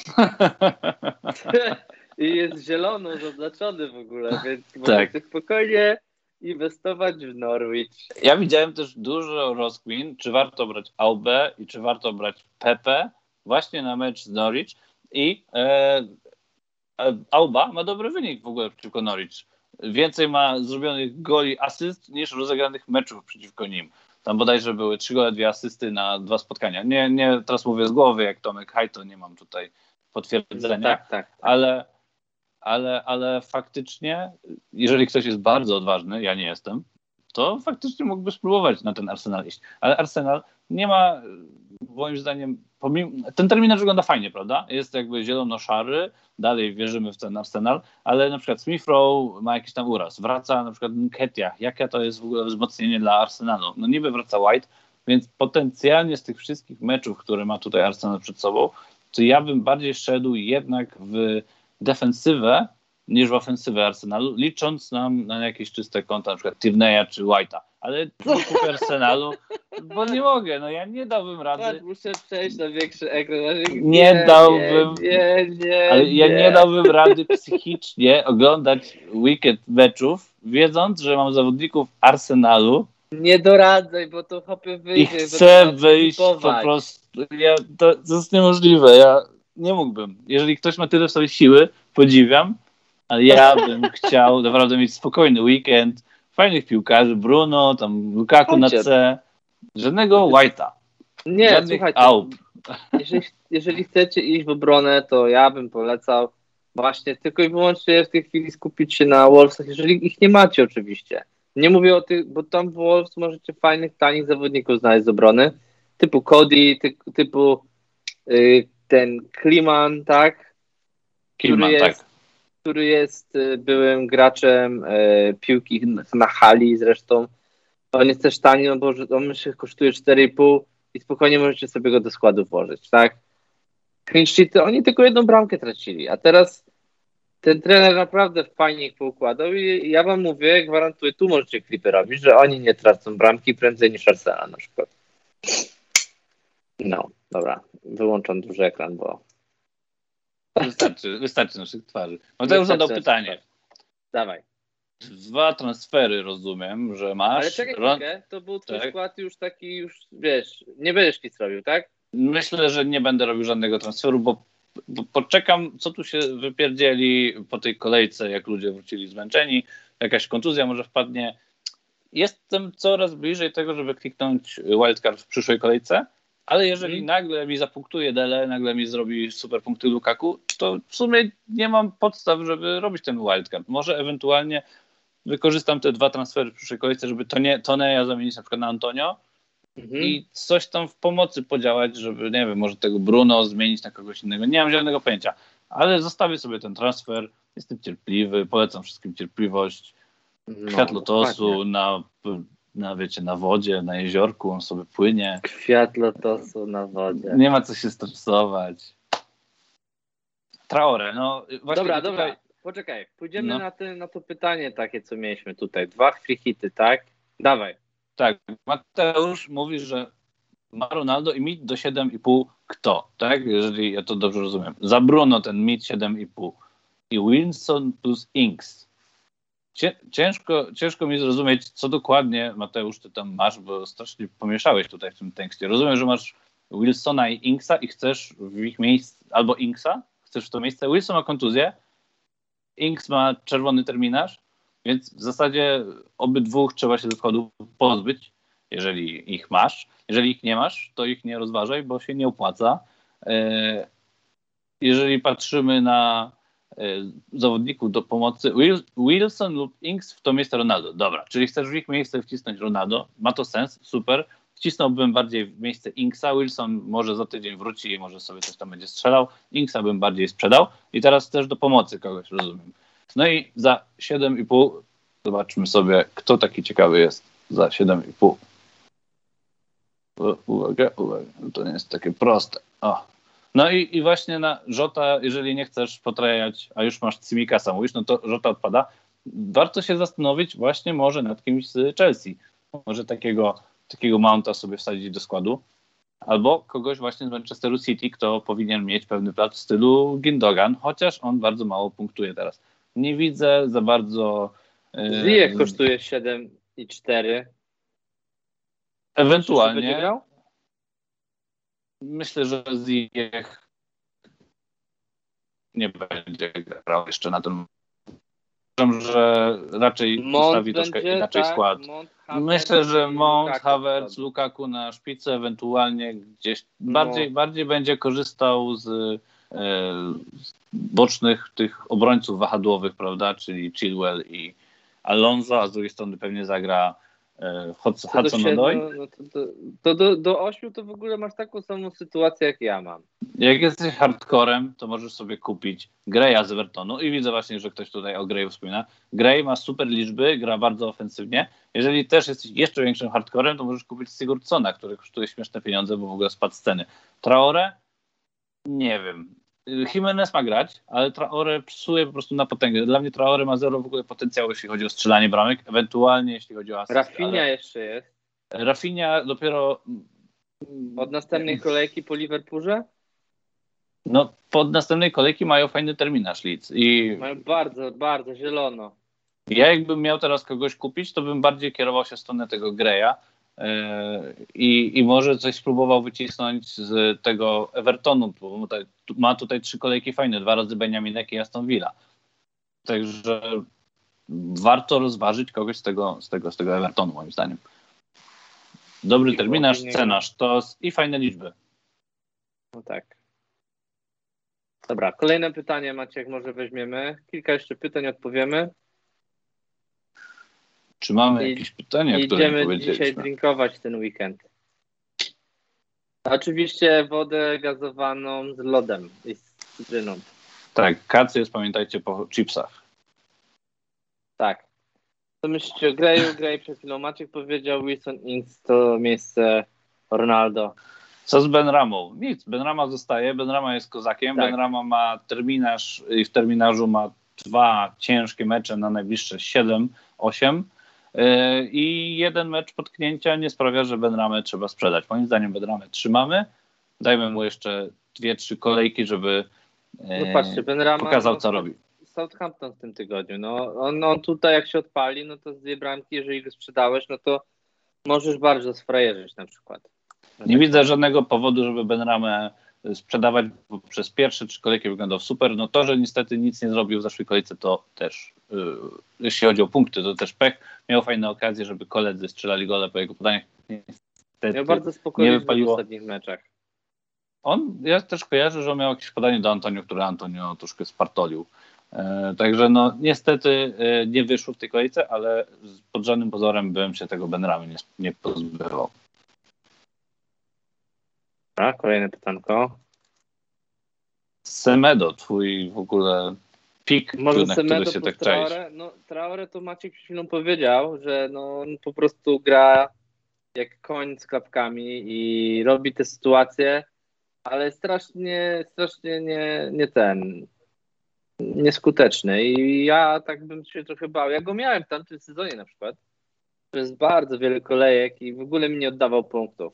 I jest zielono zaznaczony w ogóle, więc tak. Możecie spokojnie inwestować w Norwich. Ja widziałem też dużo rozkmin, czy warto brać Aubę i czy warto brać Pepe właśnie na mecz z Norwich. I e, Auba ma dobry wynik w ogóle przeciwko Norwich. Więcej ma zrobionych goli, asyst niż rozegranych meczów przeciwko nim. Tam bodajże były trzy gole, dwie asysty na dwa spotkania. Nie, nie teraz mówię z głowy jak Tomek Hajto, nie mam tutaj potwierdzenia, tak, tak, tak. Ale, ale, ale faktycznie, jeżeli ktoś jest bardzo odważny, ja nie jestem, to faktycznie mógłby spróbować na ten Arsenal iść. Ale Arsenal nie ma, moim zdaniem, pomimo, ten terminarz wygląda fajnie, prawda? Jest jakby zielono-szary, dalej wierzymy w ten Arsenal, ale na przykład Smith Rowe ma jakiś tam uraz, wraca na przykład Nketiah, jakie to jest w ogóle wzmocnienie dla Arsenalu? No niby wraca White, więc potencjalnie z tych wszystkich meczów, które ma tutaj Arsenal przed sobą, to ja bym bardziej szedł jednak w defensywę niż w ofensywę Arsenalu, licząc nam na jakieś czyste konta, na przykład Tierney'a czy White'a. Ale nie kupię Arsenalu, bo nie mogę, no ja nie dałbym rady. Tak, muszę przejść na większy ekran. Nie, nie dałbym, nie, nie, ale nie. ja nie dałbym rady psychicznie oglądać weekend meczów, wiedząc, że mam zawodników Arsenalu. Nie doradzaj, bo to chopie wyjdzie. I chcę wyjść po prostu. Ja, to, to jest niemożliwe, ja nie mógłbym. Jeżeli ktoś ma tyle w sobie siły, podziwiam, ale ja bym chciał naprawdę mieć spokojny weekend, fajnych piłkarzy, Bruno, tam Lukaku na C, żadnego White'a. Nie, żadnych słuchajcie, Aup. Jeżeli, jeżeli chcecie iść w obronę, to ja bym polecał właśnie tylko i wyłącznie w tej chwili skupić się na Wolvesach, jeżeli ich nie macie oczywiście. Nie mówię o tych, bo tam w Wolves możecie fajnych, tanich zawodników znaleźć z obrony, typu Cody, ty, typu y, ten Kliman, tak? Kliman, który jest, tak. który jest y, byłym graczem y, piłki na hali zresztą. On jest też tani, no bo on myślę kosztuje cztery i pół i spokojnie możecie sobie go do składu włożyć, tak? Clean sheety, oni tylko jedną bramkę tracili, a teraz ten trener naprawdę fajnie ich poukładał i ja wam mówię, gwarantuję, tu możecie klipy robić, że oni nie tracą bramki prędzej niż Arsenal na przykład. No, dobra, wyłączam duży ekran, bo... Wystarczy, wystarczy naszych twarzy. Mateusz zadał pytanie. Dawaj. Dwa transfery, rozumiem, że masz. Ale czekaj chwilkę, to był twój tak. skład już taki, już wiesz, nie będziesz nic robił, tak? Myślę, że nie będę robił żadnego transferu, bo, bo poczekam, co tu się wypierdzieli po tej kolejce, jak ludzie wrócili zmęczeni, jakaś kontuzja może wpadnie. Jestem coraz bliżej tego, żeby kliknąć wildcard w przyszłej kolejce, ale jeżeli hmm. nagle mi zapunktuje Dele, nagle mi zrobi super punkty Lukaku, to w sumie nie mam podstaw, żeby robić ten wildcard. Może ewentualnie wykorzystam te dwa transfery w przyszłej kolejce, żeby Toneja zamienić na przykład na Antonio mhm. i coś tam w pomocy podziałać, żeby, nie wiem, może tego Bruno zmienić na kogoś innego. Nie mam żadnego pojęcia, ale zostawię sobie ten transfer. Jestem cierpliwy, polecam wszystkim cierpliwość. Kwiat no, lotosu na, na, wiecie, na wodzie, na jeziorku, on sobie płynie. Kwiat lotosu na wodzie. Nie ma co się stresować. Traore, no właśnie. Dobra, tutaj... dobra. Poczekaj, pójdziemy no. na, te, na to pytanie takie, co mieliśmy tutaj. Dwa free hity, tak? Dawaj. Tak, Mateusz mówi, że ma Ronaldo i mit do siedem i pół kto, tak? Jeżeli ja to dobrze rozumiem. Za Bruno ten mit siedem i pół. I Wilson plus Ings. Ciężko, ciężko mi zrozumieć, co dokładnie, Mateusz, ty tam masz, bo strasznie pomieszałeś tutaj w tym tekście. Rozumiem, że masz Wilsona i Ingsa i chcesz w ich miejscu, albo Ingsa, chcesz w to miejsce. Wilson ma kontuzję, Ings ma czerwony terminarz, więc w zasadzie obydwóch trzeba się ze składu pozbyć, jeżeli ich masz. Jeżeli ich nie masz, to ich nie rozważaj, bo się nie opłaca. Jeżeli patrzymy na zawodników do pomocy, Wilson lub Ings w to miejsce Ronaldo. Dobra, czyli chcesz w ich miejsce wcisnąć Ronaldo, ma to sens, super. Wcisnąłbym bardziej w miejsce Ingsa, Wilson może za tydzień wróci i może sobie coś tam będzie strzelał, Ingsa bym bardziej sprzedał i teraz też do pomocy kogoś, rozumiem. No i za siedem i pół zobaczmy sobie, kto taki ciekawy jest za siedem i pół. Uwaga, uwaga, to nie jest takie proste. O. No i, i właśnie na Jota, jeżeli nie chcesz potrajać, a już masz Cimikasa, mówisz, no to Jota odpada. Warto się zastanowić właśnie może nad kimś z Chelsea. Może takiego, takiego Mounta sobie wsadzić do składu. Albo kogoś właśnie z Manchesteru City, kto powinien mieć pewny plac w stylu Gindogan, chociaż on bardzo mało punktuje teraz. Nie widzę za bardzo... Yy, Ziyech kosztuje siedem i cztery. Ewentualnie... Myślę, że Ziyech nie będzie grał jeszcze na tym. Uważam, że raczej Mount ustawi troszkę będzie, inaczej tak, skład. Mount, Myślę, że Mount, Lukaku, Havertz, Lukaku na szpicy, ewentualnie gdzieś no. bardziej, bardziej będzie korzystał z, e, z bocznych tych obrońców wahadłowych, prawda, czyli Chilwell i Alonso, a z drugiej strony pewnie zagra Hudson-Odoi. No, no to, to, to do, do ośmiu to w ogóle masz taką samą sytuację, jak ja mam. Jak jesteś hardcorem, to możesz sobie kupić Greya z Evertonu i widzę właśnie, że ktoś tutaj o Greyu wspomina. Grey ma super liczby, gra bardzo ofensywnie. Jeżeli też jesteś jeszcze większym hardcorem, to możesz kupić Sigurdssona, który kosztuje śmieszne pieniądze, bo w ogóle spadł z ceny. Traore? Nie wiem. Jimenez ma grać, ale Traore psuje po prostu na potęgę. Dla mnie Traore ma zero w ogóle potencjału, jeśli chodzi o strzelanie bramek, ewentualnie jeśli chodzi o asyst. Rafinha ale... jeszcze jest. Rafinha dopiero... Od następnej kolejki po Liverpoolze? No, pod następnej kolejki mają fajny terminarz Leeds. I mają bardzo, bardzo zielono. Ja jakbym miał teraz kogoś kupić, to bym bardziej kierował się w stronę tego Greya yy, i, i może coś spróbował wycisnąć z tego Evertonu, bo tutaj, ma tutaj trzy kolejki fajne, dwa razy Beniaminek i Aston Villa. Także warto rozważyć kogoś z tego, z tego, z tego Evertonu, moim zdaniem. Dobry terminarz, cena, sztos i fajne liczby. No tak. Dobra, kolejne pytanie, Maciek, może weźmiemy. Kilka jeszcze pytań odpowiemy. Czy mamy I, jakieś pytania, które nie powiedzieliśmy? Idziemy dzisiaj drinkować ten weekend. Oczywiście wodę gazowaną z lodem i z cytryną. Tak, kacy jest, pamiętajcie, po chipsach. Tak. Co myślicie o Greyu? Gray przed chwilą Maciek powiedział, Wilson Ings to miejsce Ronaldo. Co z Benramą? Nic, Benrama zostaje, Benrama jest kozakiem, tak. Benrama ma terminarz i w terminarzu ma dwa ciężkie mecze na najbliższe siedem osiem yy, i jeden mecz potknięcia nie sprawia, że Benramę trzeba sprzedać. Moim zdaniem Benramę trzymamy, dajmy mu jeszcze dwie, trzy kolejki, żeby yy, no patrzcie, Benrama, pokazał, no, co robi. Southampton w tym tygodniu. No, on, on tutaj jak się odpali, no to z dwie bramki, jeżeli go sprzedałeś, no to możesz bardzo sfrajerzyć na przykład. Nie widzę żadnego powodu, żeby Benramę sprzedawać, bo przez pierwsze trzy kolejki wyglądał super. No to, że niestety nic nie zrobił w zeszłej kolejce, to też, yy, jeśli chodzi o punkty, to też pech. Miał fajne okazje, żeby koledzy strzelali gole po jego podaniach. Niestety Miał bardzo spokojnie w ostatnich meczach. On, ja też kojarzę, że on miał jakieś podanie do Antonio, które Antonio troszkę spartolił. Yy, także no niestety yy, nie wyszło w tej kolejce, ale pod żadnym pozorem bym się tego Benramy nie, nie pozbywał. A, kolejne pytanko. Semedo, twój w ogóle pik, może na Semedo który się tak Traore? czaisz. No Traore to Maciek przed chwilą powiedział, że no, on po prostu gra jak koń z klapkami i robi te sytuacje, ale strasznie, strasznie nie, nie ten, nieskuteczny i ja tak bym się trochę bał. Ja go miałem w tamtym sezonie na przykład przez bardzo wiele kolejek i w ogóle mi nie oddawał punktów.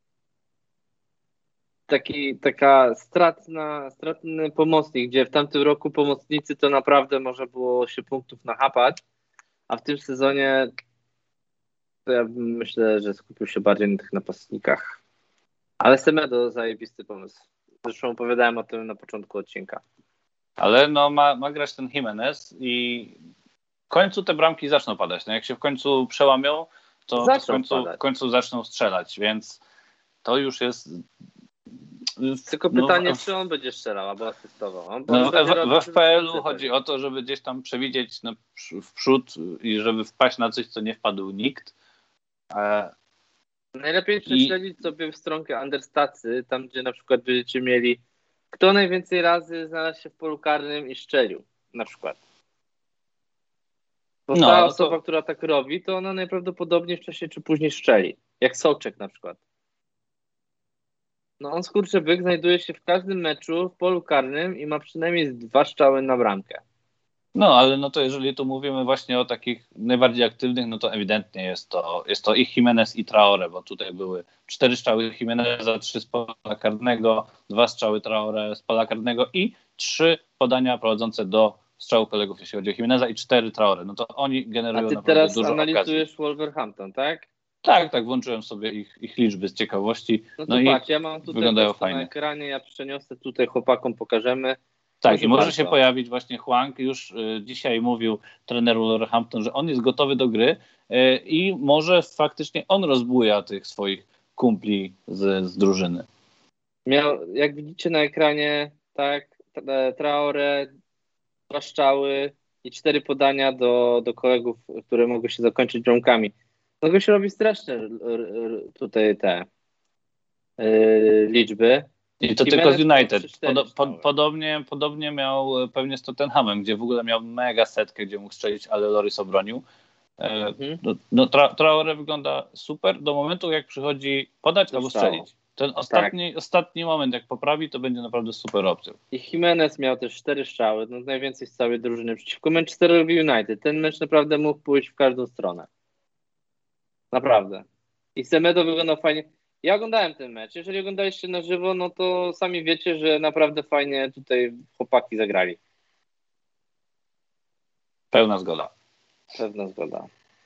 Taki, taka stratna, stratny pomocnik, gdzie w tamtym roku pomocnicy to naprawdę można było się punktów nachapać, a w tym sezonie to ja myślę, że skupił się bardziej na tych napastnikach. Ale Semedo zajebisty pomysł. Zresztą opowiadałem o tym na początku odcinka. Ale no ma, ma grać ten Jimenez i w końcu te bramki zaczną padać. No jak się w końcu przełamią, to, to w, końcu, w końcu zaczną strzelać, więc to już jest... Tylko pytanie, no, czy on będzie strzelał albo asystował. On no, w, w F P L-u chodzi o to, żeby gdzieś tam przewidzieć no, w przód i żeby wpaść na coś, co nie wpadł nikt. E, Najlepiej prześledzić i... sobie w stronkę Understatsy, tam gdzie na przykład będziecie mieli kto najwięcej razy znalazł się w polu karnym i strzelił, na przykład. Bo no, ta osoba, to... która tak robi, to ona najprawdopodobniej wcześniej czy później strzeli. Jak Soczek na przykład. No on skurczybyk znajduje się w każdym meczu w polu karnym i ma przynajmniej dwa strzały na bramkę. No, ale no to jeżeli tu mówimy właśnie o takich najbardziej aktywnych, no to ewidentnie jest to, jest to i Jimenez i Traore, bo tutaj były cztery strzały Jimeneza, trzy z pola karnego, dwa strzały Traore z pola karnego i trzy podania prowadzące do strzału kolegów, jeśli chodzi o Jimeneza i cztery Traore. No to oni generują naprawdę dużo okazji. A ty teraz analizujesz Wolverhampton, tak? Tak, tak, włączyłem sobie ich, ich liczby z ciekawości. No to no patrz, ja mam tutaj na ekranie, ja przeniosę tutaj, chłopakom pokażemy. Tak, może i może się pojawić właśnie Hwang. Już y, dzisiaj mówił trener Wolverhampton, że on jest gotowy do gry y, i może faktycznie on rozbuja tych swoich kumpli z, z drużyny. Miał, jak widzicie na ekranie, tak, Traore, dwa strzały i cztery podania do, do kolegów, które mogły się zakończyć bramkami. No goś robi straszne tutaj te yy, liczby. I to tylko z United. Pod, pod, podobnie, podobnie miał pewnie z Tottenhamem, gdzie w ogóle miał mega setkę, gdzie mógł strzelić, ale Loris obronił. Mhm. No, no Tra- Traore wygląda super do momentu, jak przychodzi podać albo strzelić. Ten ostatni, tak. ostatni moment, jak poprawi, to będzie naprawdę super opcją. I Jimenez miał też cztery strzały, no najwięcej z całej drużyny przeciwko Manchesterowi United. Ten mecz naprawdę mógł pójść w każdą stronę. Naprawdę. I Semedo wyglądał fajnie. Ja oglądałem ten mecz. Jeżeli oglądaliście na żywo, no to sami wiecie, że naprawdę fajnie tutaj chłopaki zagrali. Pełna zgoda. Pewna zgoda.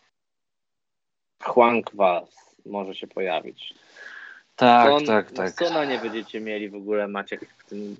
Juan Quas może się pojawić. Tak, Son, tak, tak. Sona nie będziecie mieli w ogóle, Maciek, w tym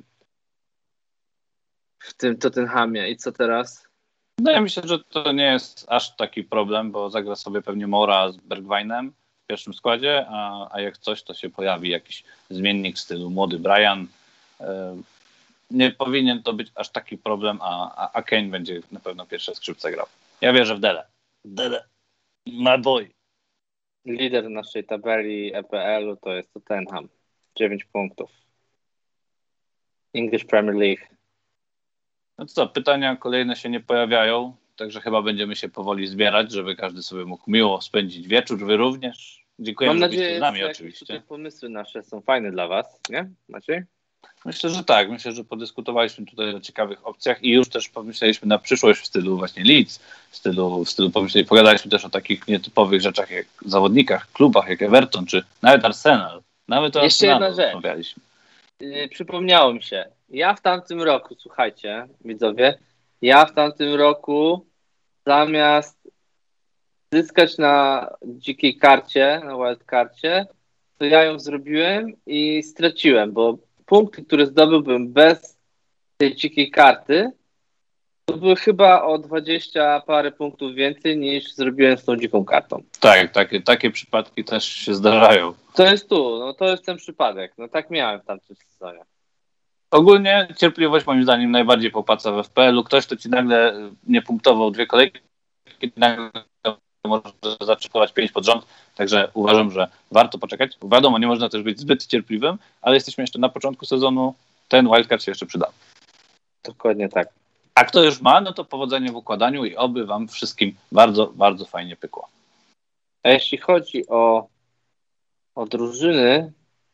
w tym Tottenhamie. I co teraz? No ja myślę, że to nie jest aż taki problem, bo zagra sobie pewnie Mora z Bergwijnem w pierwszym składzie, a, a jak coś, to się pojawi jakiś zmiennik w stylu młody Brian. Nie powinien to być aż taki problem, a, a, a Kane będzie na pewno pierwsze skrzypce grał. Ja wierzę w Dele. Dele. My boy. Lider naszej tabeli E P L-u to jest Tottenham. dziewięć punktów. English Premier League. No co, pytania kolejne się nie pojawiają, także chyba będziemy się powoli zbierać, żeby każdy sobie mógł miło spędzić wieczór. Wy również. Dziękujemy, Mam że byliście nadzieję, z nami że oczywiście. Pomysły nasze są fajne dla was, nie Maciej? Myślę, że tak. Myślę, że podyskutowaliśmy tutaj o ciekawych opcjach i już też pomyśleliśmy na przyszłość w stylu właśnie Leeds, w stylu, w stylu pomyśleli, pogadaliśmy też o takich nietypowych rzeczach jak zawodnikach, klubach jak Everton, czy nawet Arsenal. Nawet o Jeszcze Arsenalu jedna rozmawialiśmy. Yy, przypomniało mi się. Ja w tamtym roku, słuchajcie, widzowie, ja w tamtym roku zamiast zyskać na dzikiej karcie, na wildkarcie, to ja ją zrobiłem i straciłem, bo punkty, które zdobyłbym bez tej dzikiej karty, to były chyba o dwadzieścia parę punktów więcej niż zrobiłem z tą dziką kartą. Tak, takie, takie przypadki też się zdarzają. To jest tu, no to jest ten przypadek. No tak miałem w tamtym sezonie. Ogólnie cierpliwość moim zdaniem najbardziej popłaca w F P L-u. Ktoś, kto ci nagle nie punktował dwie kolejki, nagle może zaczerpnąć pięć pod rząd, także uważam, że warto poczekać. Wiadomo, nie można też być zbyt cierpliwym, ale jesteśmy jeszcze na początku sezonu, ten wildcard się jeszcze przyda. Dokładnie tak. A kto już ma, no to powodzenie w układaniu i oby wam wszystkim bardzo, bardzo fajnie pykło. A jeśli chodzi o, o drużyny,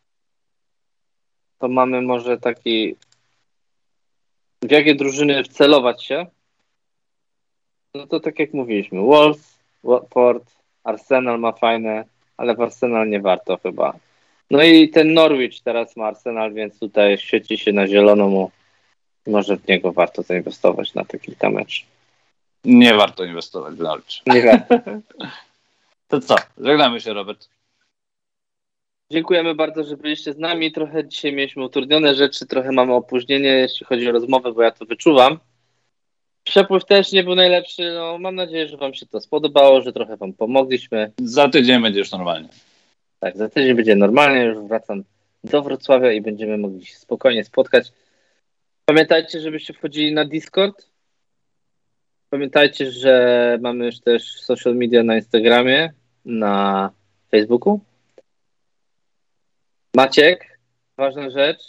to mamy może taki, w jakie drużyny wcelować się? No to tak jak mówiliśmy, Wolves, Watford, Arsenal ma fajne, ale w Arsenal nie warto chyba. No i ten Norwich teraz ma Arsenal, więc tutaj świeci się na zielono mu. Może w niego warto zainwestować na te kilka meczów. Nie warto inwestować w Norwich. Nie warto. To co? Żegnamy się, Robert. Dziękujemy bardzo, że byliście z nami. Trochę dzisiaj mieliśmy utrudnione rzeczy, trochę mamy opóźnienie, jeśli chodzi o rozmowę, bo ja to wyczuwam. Przepływ też nie był najlepszy. No, mam nadzieję, że wam się to spodobało, że trochę wam pomogliśmy. Za tydzień będzie już normalnie. Tak, za tydzień będzie normalnie. Już wracam do Wrocławia i będziemy mogli się spokojnie spotkać. Pamiętajcie, żebyście wchodzili na Discord. Pamiętajcie, że mamy już też social media na Instagramie, na Facebooku. Maciek, ważna rzecz.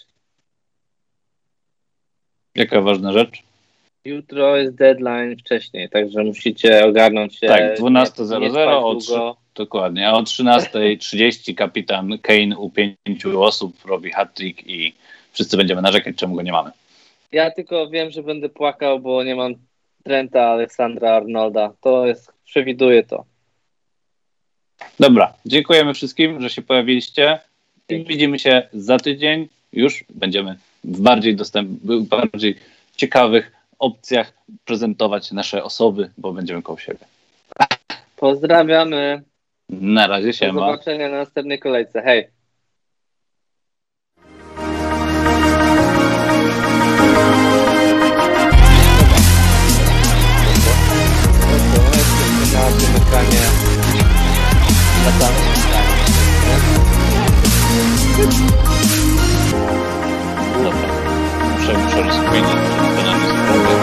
Jaka ważna rzecz? Jutro jest deadline wcześniej, także musicie ogarnąć się. Tak, dwunasta zero zero, o trzy, dokładnie, a o trzynasta trzydzieści kapitan Kane u pięciu osób robi hat-trick i wszyscy będziemy narzekać, czemu go nie mamy. Ja tylko wiem, że będę płakał, bo nie mam Trenta, Aleksandra, Arnolda. To jest, przewiduję to. Dobra, dziękujemy wszystkim, że się pojawiliście i widzimy się za tydzień. Już będziemy w bardziej dostępnych, bardziej ciekawych opcjach prezentować nasze osoby, bo będziemy koło siebie. Pozdrawiamy. Na razie, siema. Do zobaczenia na następnej kolejce. Hej. Na tym ekranie latamy. Dobra. Muszę, muszę rozkminić, to nam jest